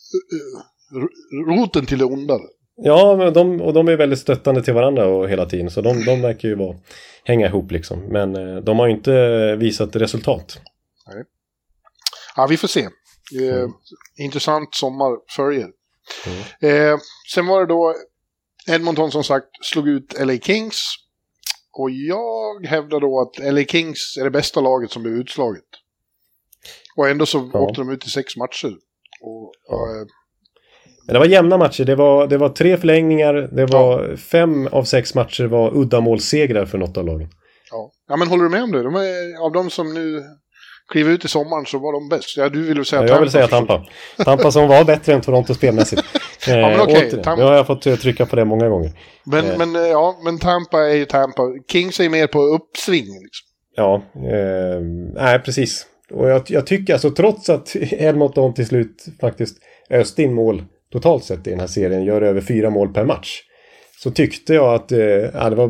roten till det onda. Ja, men de, och de är väldigt stöttande till varandra och hela tiden, så de, de verkar ju vara, hänga ihop liksom. Men de har ju inte visat resultat. Nej. Ja, vi får se. Eh, mm. Intressant sommar följer. Mm. Eh, sen var det då Edmonton som sagt slog ut L A Kings. Och jag hävdar då att L A Kings är det bästa laget som blev utslaget. Och ändå så ja. åkte de ut i sex matcher. Och, ja. och, eh, Men det var jämna matcher. Det var, det var tre förlängningar. Det var ja. fem av sex matcher var uddamålssegrar för något av lagen. Ja. ja, men håller du med om det? De är, av de som nu kliva ut i sommaren så var de bäst. Ja, du vill ju säga ja, Tampa. Jag vill säga Tampa. Tampa som var bättre än Toronto spelmässigt. ja, men okej. Okay, Tampa... Nu har jag fått trycka på det många gånger. Men, eh. men, ja, men Tampa är ju Tampa. Kings är mer på uppsving. Liksom. Ja, eh, nej precis. Och jag, jag tycker alltså trots att Edmonton till slut faktiskt öste in mål totalt sett i den här serien, gör över fyra mål per match, så tyckte jag att eh, ja, det var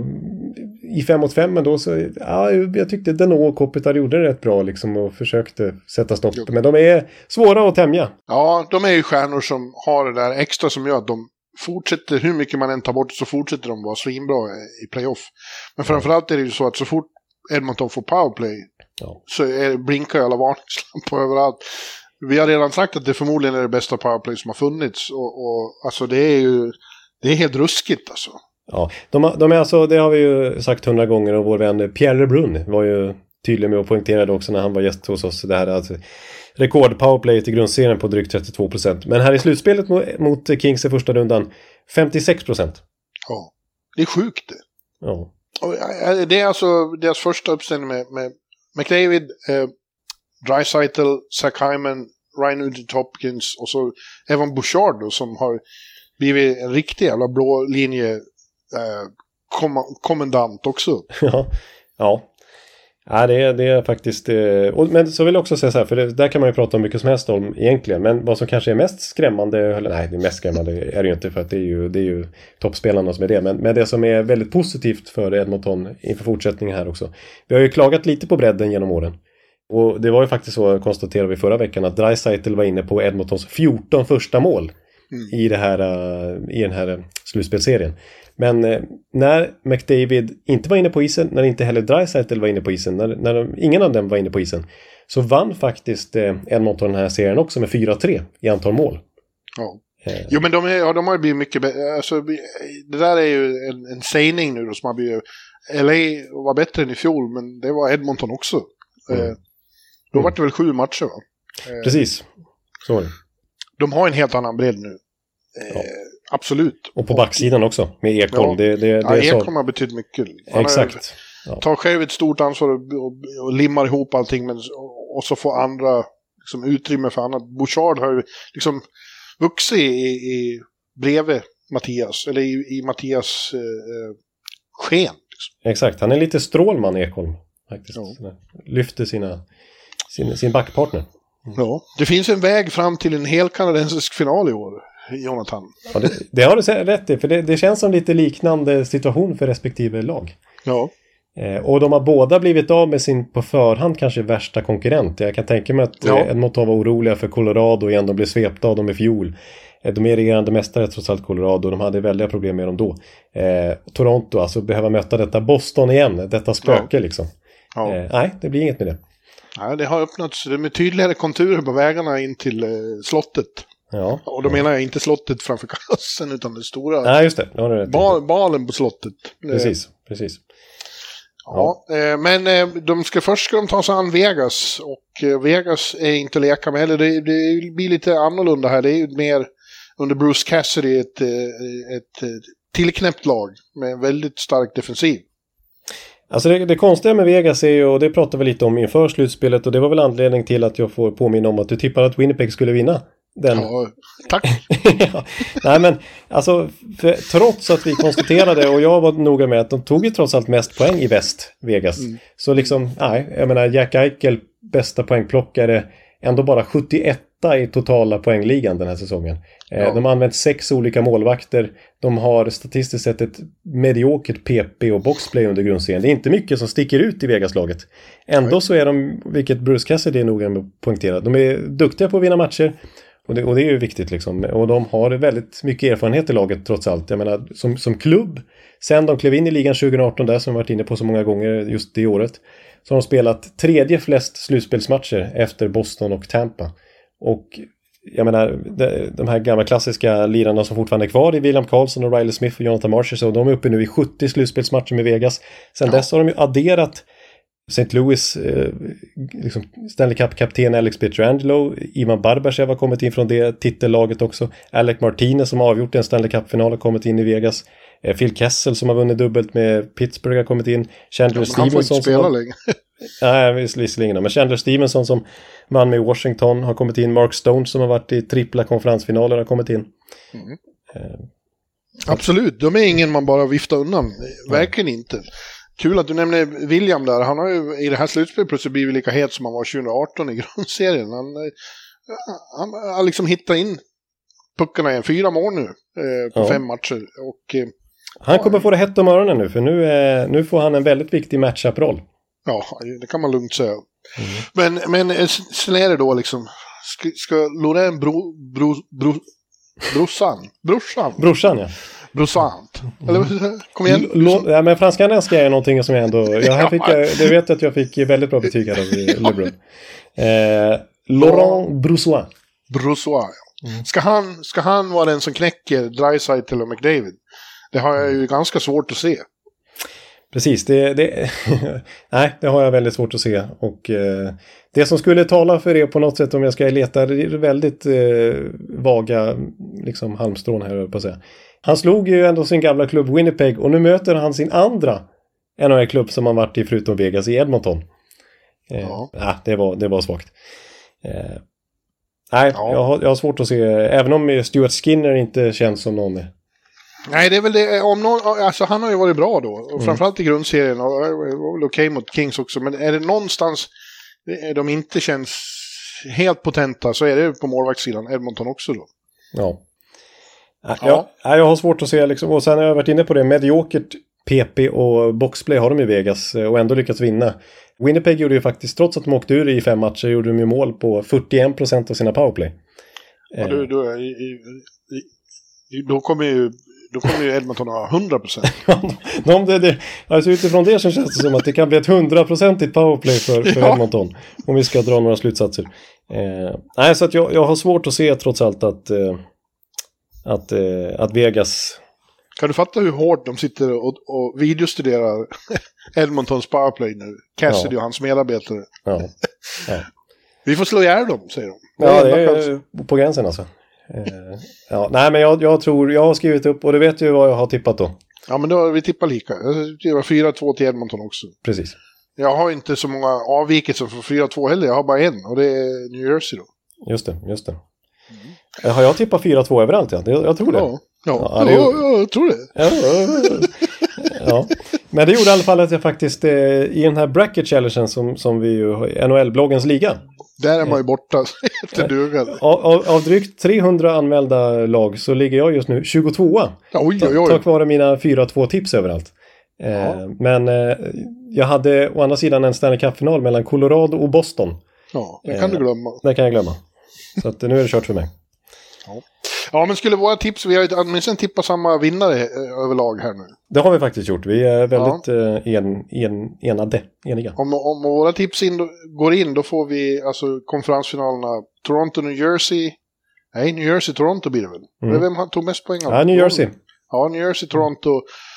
i fem mot fem, men då så ja, jag tyckte Danault och Kopitar gjorde det rätt bra liksom och försökte sätta stopp. Jo. Men de är svåra att tämja. Ja, de är ju stjärnor som har det där extra som gör att de fortsätter, hur mycket man än tar bort så fortsätter de vara svinbra i playoff. Men framförallt är det ju så att så fort Edmonton får powerplay ja. så är, blinkar alla varningslampor överallt. Vi har redan sagt att det förmodligen är det bästa powerplay som har funnits. Och, och alltså det är ju det är helt ruskigt alltså. Ja, de, de är alltså, det har vi ju sagt hundra gånger, och vår vän Pierre Lebrun var ju tydlig med att poängtera det också när han var gäst hos oss. Det här alltså, rekord powerplay i grundserien på drygt trettiotvå procent. Men här i slutspelet mot, mot Kings i första rundan femtiosex procent. Ja, det är sjukt det. Ja. Och det är alltså deras första uppställning med, med McDavid, eh, Draisaitl, Zach Hyman, Ryan Nugent-Hopkins och så Evan Bouchard då, som har blivit en riktig jävla blå linje eh, kom- kommandant också. Ja, ja. Ja, det är, det är faktiskt... Eh, och, men så vill jag också säga så här, för det, där kan man ju prata om mycket som helst om egentligen, men vad som kanske är mest skrämmande, eller nej, det mest skrämmande är det ju inte, för att det är ju, det är ju toppspelarna som är det, men, men det som är väldigt positivt för Edmonton inför fortsättningen här också. Vi har ju klagat lite på bredden genom åren. Och det var ju faktiskt så, konstaterade vi förra veckan, att Draisaitl var inne på Edmontons fjorton första mål mm. i, det här, uh, i den här slutspelserien. Men uh, när McDavid inte var inne på isen, när inte heller Draisaitl var inne på isen, när, när de, ingen av dem var inne på isen, så vann faktiskt uh, Edmonton den här serien också med fyra tre i antal mål. Ja. Uh. Jo, men de, är, ja, de har ju blivit mycket bättre. Alltså, det där är ju en, en sägning nu då, som har blivit... L A var bättre än i fjol, men det var Edmonton också. Mm. Uh, Då var det väl sju matcher, va? Precis. Så är det. De har en helt annan bredd nu. Ja. Eh, absolut. Och på backsidan också, med Ekholm. Ja, det, det, det ja, är så... Ekholm har betytt mycket. Han exakt. Ja. Tar själv ett stort ansvar och, och, och limmar ihop allting, men, och, och så får andra liksom, utrymme för annat. Bouchard har ju liksom vuxit i, i bredvid Mattias, eller i, i Mattias eh, sken. Liksom. Exakt, han är lite Strålman, Ekholm. Faktiskt. Ja. Lyfter sina... Sin, sin backpartner. Ja, det finns en väg fram till en hel kanadensisk final i år, Jonathan. Ja, det, det har du rätt i, för det, det känns som lite liknande situation för respektive lag. Ja. Eh, och de har båda blivit av med sin på förhand kanske värsta konkurrent. Jag kan tänka mig att ja. eh, Edmonton var oroliga för Colorado igen, de blev svepta av dem i fjol. Eh, de är regerande mästare trots allt Colorado, de hade väldiga problem med dem då. Eh, Toronto, alltså behöva möta detta Boston igen, detta spöke ja. liksom. Ja. Eh, nej, det blir inget med det. Ja, det har öppnats med tydligare konturer på vägarna in till eh, slottet. Ja. Och då menar jag inte slottet framför kassen utan det stora. Nej, just det. Ja, det ba- balen på slottet. Precis, precis. Ja, ja. Eh, men eh, de ska först ska de ta sig an Vegas och eh, Vegas är inte att leka med heller. Det, det blir lite annorlunda här. Det är ju mer under Bruce Cassidy ett, ett, ett tillknäppt lag med en väldigt stark defensiv. Alltså det, det konstiga med Vegas är ju, och det pratade vi lite om inför slutspelet, och det var väl anledning till att jag får påminna om att du tippade att Winnipeg skulle vinna den. Ja, tack. ja. Nej men, alltså för, trots att vi konstaterade, och jag var noga med att de tog ju trots allt mest poäng i väst, Vegas. Mm. Så liksom, nej, jag menar Jack Eichel, bästa poängplockare, ändå bara sjuttioett i totala poängligan den här säsongen. Ja. De har använt sex olika målvakter. De har statistiskt sett ett mediokert P P och boxplay under grundserien. Det är inte mycket som sticker ut i Vegas-laget. Ändå Nej. Så är de, vilket Bruce Cassidy är noga med att poängtera, de är duktiga på att vinna matcher. Och det, och det är ju viktigt liksom. Och de har väldigt mycket erfarenhet i laget trots allt. Jag menar, som, som klubb, sen de klev in i ligan tjugo arton där, som vi varit inne på så många gånger just det året, så har de spelat tredje flest slutspelsmatcher efter Boston och Tampa. Och jag menar, de, de här gamla klassiska lirarna som fortfarande är kvar i William Karlsson och Riley Smith och Jonathan Marchessault, så de är uppe nu i sjuttio slutspelsmatcher med Vegas. Sen ja. dess har de ju adderat Saint Louis eh, liksom Stanley Cup-kapten Alex Pietrangelo, Ivan Barbashev har kommit in från det titellaget också, Alec Martinez som har avgjort en Stanley Cup-final har kommit in i Vegas, eh, Phil Kessel som har vunnit dubbelt med Pittsburgh har kommit in, Chandler ja, Stevenson han får inte spela som längre. Nej, visserligen. Men Chandler Stevenson som man med Washington har kommit in. Mark Stone som har varit i trippla konferensfinaler har kommit in. Mm. Eh, Absolut, de är ingen man bara viftar undan. Verkligen mm. inte. Kul att du nämner William där. Han har ju i det här slutspelet plötsligt blivit lika het som han var tjugo arton i grundserien. Han, han har liksom hittat in puckarna igen. Fyra mål nu eh, på ja. fem matcher. Och, eh, han kommer få det hett om öronen nu, för nu, eh, nu får han en väldigt viktig matchup-roll. Ja, det kan man lugnt säga. Mm. Men, men sen är det då liksom, ska, ska Lorraine bro, bro, bro, brorsan, brorsan? Brorsan, ja. Brossant. Eller, kom igen. L- l- ja, men fransk-kanadenska är någonting som jag ändå, jag här fick jag, det vet jag att jag fick väldigt bra betyg här av LeBron. Eh, Laurent Brossoit. Brossoit, ja. Mm. Ska han, ska han vara den som knäcker Draisaitl och McDavid? Det har jag ju ganska svårt att se. Precis, det, det, nej, det har jag väldigt svårt att se. Och eh, det som skulle tala för det på något sätt, om jag ska leta, det är väldigt eh, vaga liksom, halmstrån här på att säga. Han slog ju ändå sin gamla klubb Winnipeg, och nu möter han sin andra N H L-klubb som han varit i förutom Vegas, i Edmonton. Eh, ja. Nej, det var, det var svagt. Eh, nej, ja. jag, har, jag har svårt att se, även om Stuart Skinner inte känns som någon... Nej, det är väl det, om någon, alltså han har ju varit bra då, och mm. framförallt i grundserien, och var väl okej mot Kings också, men är det någonstans de inte känns helt potenta, så är det på målvaktssidan Edmonton också då. Ja. Ja. Jag, jag har svårt att se liksom, och sen har jag varit inne på det, mediokert P P och boxplay har de i Vegas och ändå lyckats vinna. Winnipeg gjorde ju faktiskt, trots att de åkte ur i fem matcher, gjorde de ju mål på fyrtioen procent av sina powerplay. Ja, då, då, då kommer ju Då kommer ju Edmonton ha hundra procent. de, de, de, alltså utifrån det så känns det som att det kan bli ett hundraprocentigt powerplay för, för ja. Edmonton. Om vi ska dra några slutsatser. Eh, nej, så att jag, jag har svårt att se trots allt att, eh, att, eh, att Vegas... Kan du fatta hur hårt de sitter och, och videostuderar Edmontons powerplay nu? Cassidy ja. och hans medarbetare. Ja. Ja. Vi får slå ihjäl dem, säger de. Ja, det är på gränsen alltså. Uh, ja, nej, men jag, jag tror, jag har skrivit upp, och du vet ju vad jag har tippat då. Ja, men då vi tippar lika. Det var fyra två till Edmonton också. Precis. Jag har inte så många avvikelser från fyra två heller, jag har bara en, och det är New Jersey då. Just det, just det. Mm. Har jag tippat fyra två överallt? Ja? Jag, jag tror det. Ja, ja, ja, det ja, ja jag tror det. Ja, ja, ja. Men det gjorde i alla fall att jag faktiskt eh, i den här bracket challengen som, som vi ju, N H L-bloggens liga, Där är man ju borta efter dugan. Av, av, av drygt trehundra anmälda lag så ligger jag just nu tjugotvåa. Oj, oj, oj. Tack vare mina fyra två tips överallt. Ja. Eh, men eh, jag hade å andra sidan en Stanley Cup-final mellan Colorado och Boston. Ja, det kan eh, du glömma. Det kan jag glömma. Så att, nu är det kört för mig. Ja. Ja, men skulle våra tips, vi har ju åtminstone tippat samma vinnare eh, överlag här nu. Det har vi faktiskt gjort. Vi är väldigt ja. eh, en, en, enade, eniga. Om, om våra tips in, går in, då får vi alltså konferensfinalerna Toronto, New Jersey. Nej, New Jersey, Toronto blir det väl. Mm. Vem tog mest poäng? Ja, New Jersey. Ja, New Jersey, Toronto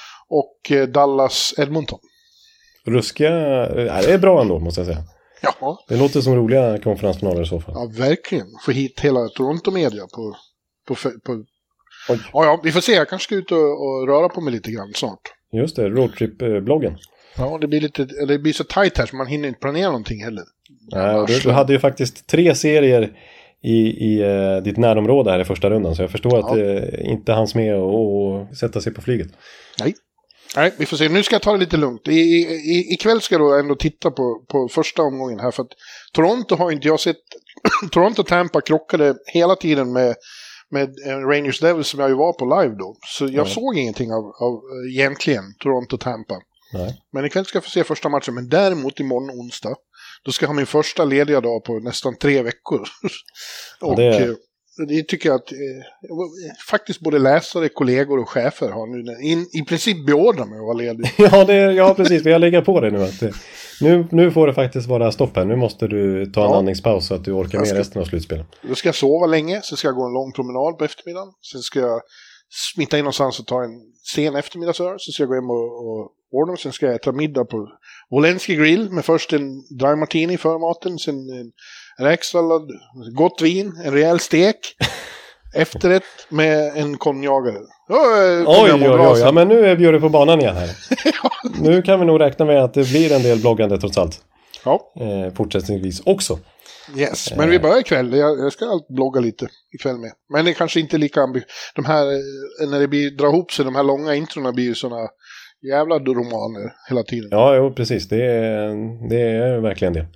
och eh, Dallas, Edmonton. Ruskiga, ja, det är bra ändå måste jag säga. Ja. Det låter som roliga konferensfinaler i så fall. Ja, verkligen. Få hit hela Toronto-media på... på, på... Ja, ja, vi får se. Jag kanske ska ut och, och röra på mig lite grann snart. Just det, roadtrip-bloggen. Ja, det blir, lite, det blir så tajt här så man hinner inte planera någonting heller. Nej, du, du hade ju faktiskt tre serier i, i uh, ditt närområde här i första rundan. Så jag förstår ja. att det uh, inte hanns med att sätta sig på flyget. Nej. Nej, vi får se. Nu ska jag ta det lite lugnt. I, i, ikväll ska jag då ändå titta på, på första omgången här. För att Toronto har inte jag sett... Toronto Tampa krockade hela tiden med, med Rangers Devils som jag ju var på live då. Så jag mm. såg ingenting av, av egentligen Toronto Tampa. Nej. Men ikväll ska jag få se första matchen. Men däremot imorgon onsdag, då ska jag ha min första lediga dag på nästan tre veckor. Och... Det... Det tycker jag att eh, faktiskt både läsare, kollegor och chefer har nu in, i princip beordrat mig att vara ledig. ja, det, ja, precis. Vi har legat på det nu. Att, nu. Nu får det faktiskt vara stopp här. Nu måste du ta en ja. andningspaus så att du orkar med ska, resten av slutspelet. Då ska jag sova länge, sen ska jag gå en lång promenad på eftermiddagen. Sen ska jag smita in någonstans och ta en sen eftermiddagsör. Sen ska jag gå hem och, och ordna. Sen ska jag äta middag på Wolenski Grill med först en dry martini för maten, sen en räksallad, gott vin, en rejäl stek, efterrätt med en konjagare. Oj, oj, oj, oj, ja, men nu är Björn på banan igen här. ja. Nu kan vi nog räkna med att det blir en del bloggande trots allt. Ja. Eh, fortsättningsvis också. Yes, men vi börjar ikväll. Jag, jag ska allt blogga lite ikväll med. Men det är kanske inte lika ambitiöst. De här, när det blir, drar ihop sig, de här långa introna blir ju sådana jävla romaner hela tiden. Ja, jo, precis. Det är, det är verkligen det.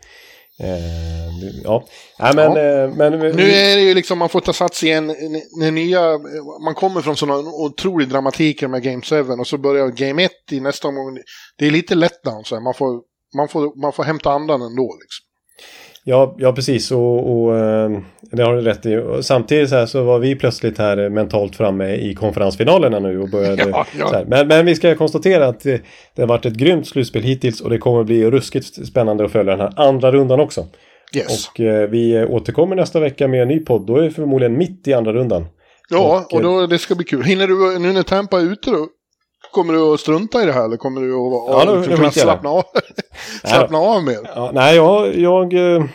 Eh, ja. Ja, men, ja. Eh, men, nu är det ju liksom, man får ta sats i en, en, en nya, man kommer från sådana otrolig dramatiker med Game sju och så börjar Game ett i nästa omgång. Det är lite letdown så här. Man får, man får, man får hämta andan ändå liksom. Ja, ja, precis. Och, och det har du rätt i. Och samtidigt så, här, så var vi plötsligt här mentalt framme i konferensfinalerna nu och började ja, ja. Så här. Men, men vi ska konstatera att det, det har varit ett grymt slutspel hittills och det kommer bli ruskigt spännande att följa den här andra rundan också. Yes. Och eh, vi återkommer nästa vecka med en ny podd. Då är vi förmodligen mitt i andra rundan. Ja, och, och då, det ska bli kul. Hinner du, nu när Tampa är ute då? Kommer du att strunta i det här eller kommer du att, ja, då, att kunna slappna av, slappna av mer? Ja, nej, jag, jag,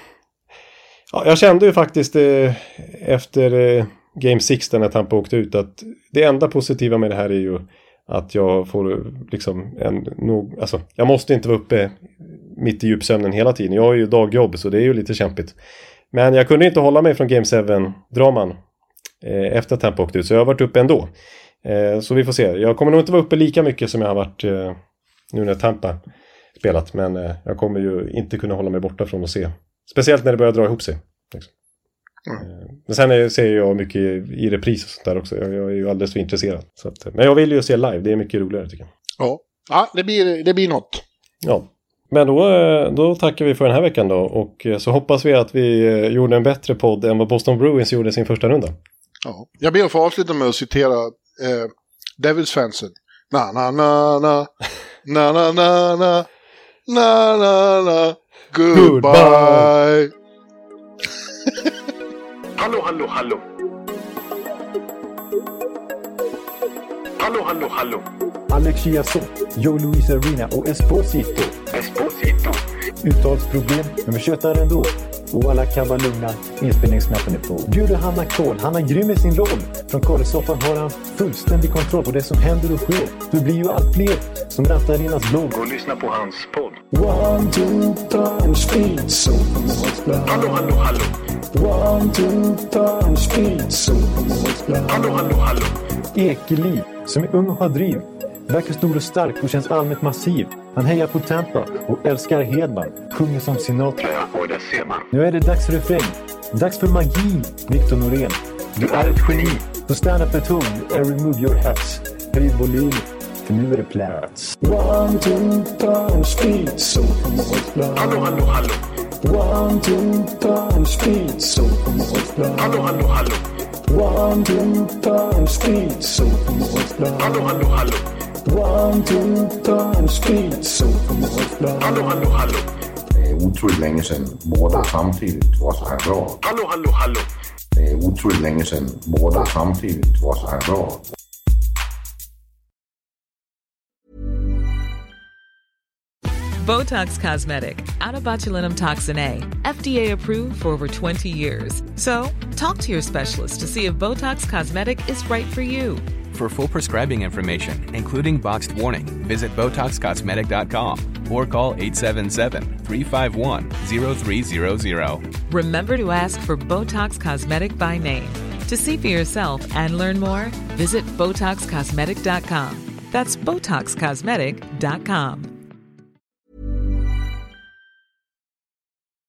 ja, jag kände ju faktiskt eh, efter eh, Game sex när Tampa åkte ut att det enda positiva med det här är ju att jag får liksom en, nog, alltså, jag måste inte vara uppe mitt i djupsömnen hela tiden. Jag har ju dagjobb så det är ju lite kämpigt. Men jag kunde inte hålla mig från Game sju-draman eh, efter att Tampa åkte ut så jag har varit uppe ändå. Så vi får se. Jag kommer nog inte vara uppe lika mycket som jag har varit eh, nu när Tampa spelat. Men eh, jag kommer ju inte kunna hålla mig borta från att se. Speciellt när det börjar dra ihop sig. Liksom. Mm. Men sen är, ser jag mycket i, i repris och sånt där också. Jag, jag är ju alldeles för intresserad. Så att, men jag vill ju se live. Det är mycket roligare tycker jag. Ja, ja det, blir, det blir något. Ja. Men då, då tackar vi för den här veckan då. Och så hoppas vi att vi gjorde en bättre podd än vad Boston Bruins gjorde sin första runda. Ja. Jag ber att få avsluta med att citera Eh, Devils-fansen. Na na na na na na na na na na na goodbye. Hallå, hallå, hallå. Hallå, hallå, hallå. Alex Chiazot, Joe Luis Arena och Esposito. Esposito. Uttalsproblem, men vi tjötar ändå. Och alla kan vara lugna, inspelningsknappen är på. Bjuder Hanna Kohl, han är grym i sin roll. Från Kållesoffan har han fullständig kontroll på det som händer och sker. Det blir ju allt fler som rattar in hans blogg. Och lyssna på hans podd. One, two, three, speed, so hallå, hallå, hallå. One, two, three, speed, so hallå, hallå, hallå. Ekeliv, som är ung och har driv. verkar stor och stark och känns allmänt massiv. Han hejar på Tampa och älskar Hedman, sjunger som Sinatra. Ja, och det ser man. Nu är det dags för refräng. Dags för magi, Victor Norén. Du är ett geni. Så stand up at home and remove your hats. Höj volym, för nu är det plats. One, two, punch, speed, so come on. Hallå, hallå, hallå. One, two, punch, speed, so come on. Hallå, hallå, hallå. One, two, punch, speed, so come on. Hallå, hallå, hallå. One, two, punch, speed, so come on. Hallå, hallå, hallå. Det är otroligt länge sedan båda samtidigt var så här bra. Hallå, hallå, hallå. Det är otroligt länge sedan båda samtidigt var så här bra. Botox Cosmetic, out of botulinum toxin A, F D A approved for over twenty years. So, talk to your specialist to see if Botox Cosmetic is right for you. For full prescribing information, including boxed warning, visit Botox Cosmetic dot com or call eight seven seven, three five one, zero three zero zero. Remember to ask for Botox Cosmetic by name. To see for yourself and learn more, visit Botox Cosmetic dot com. That's Botox Cosmetic dot com.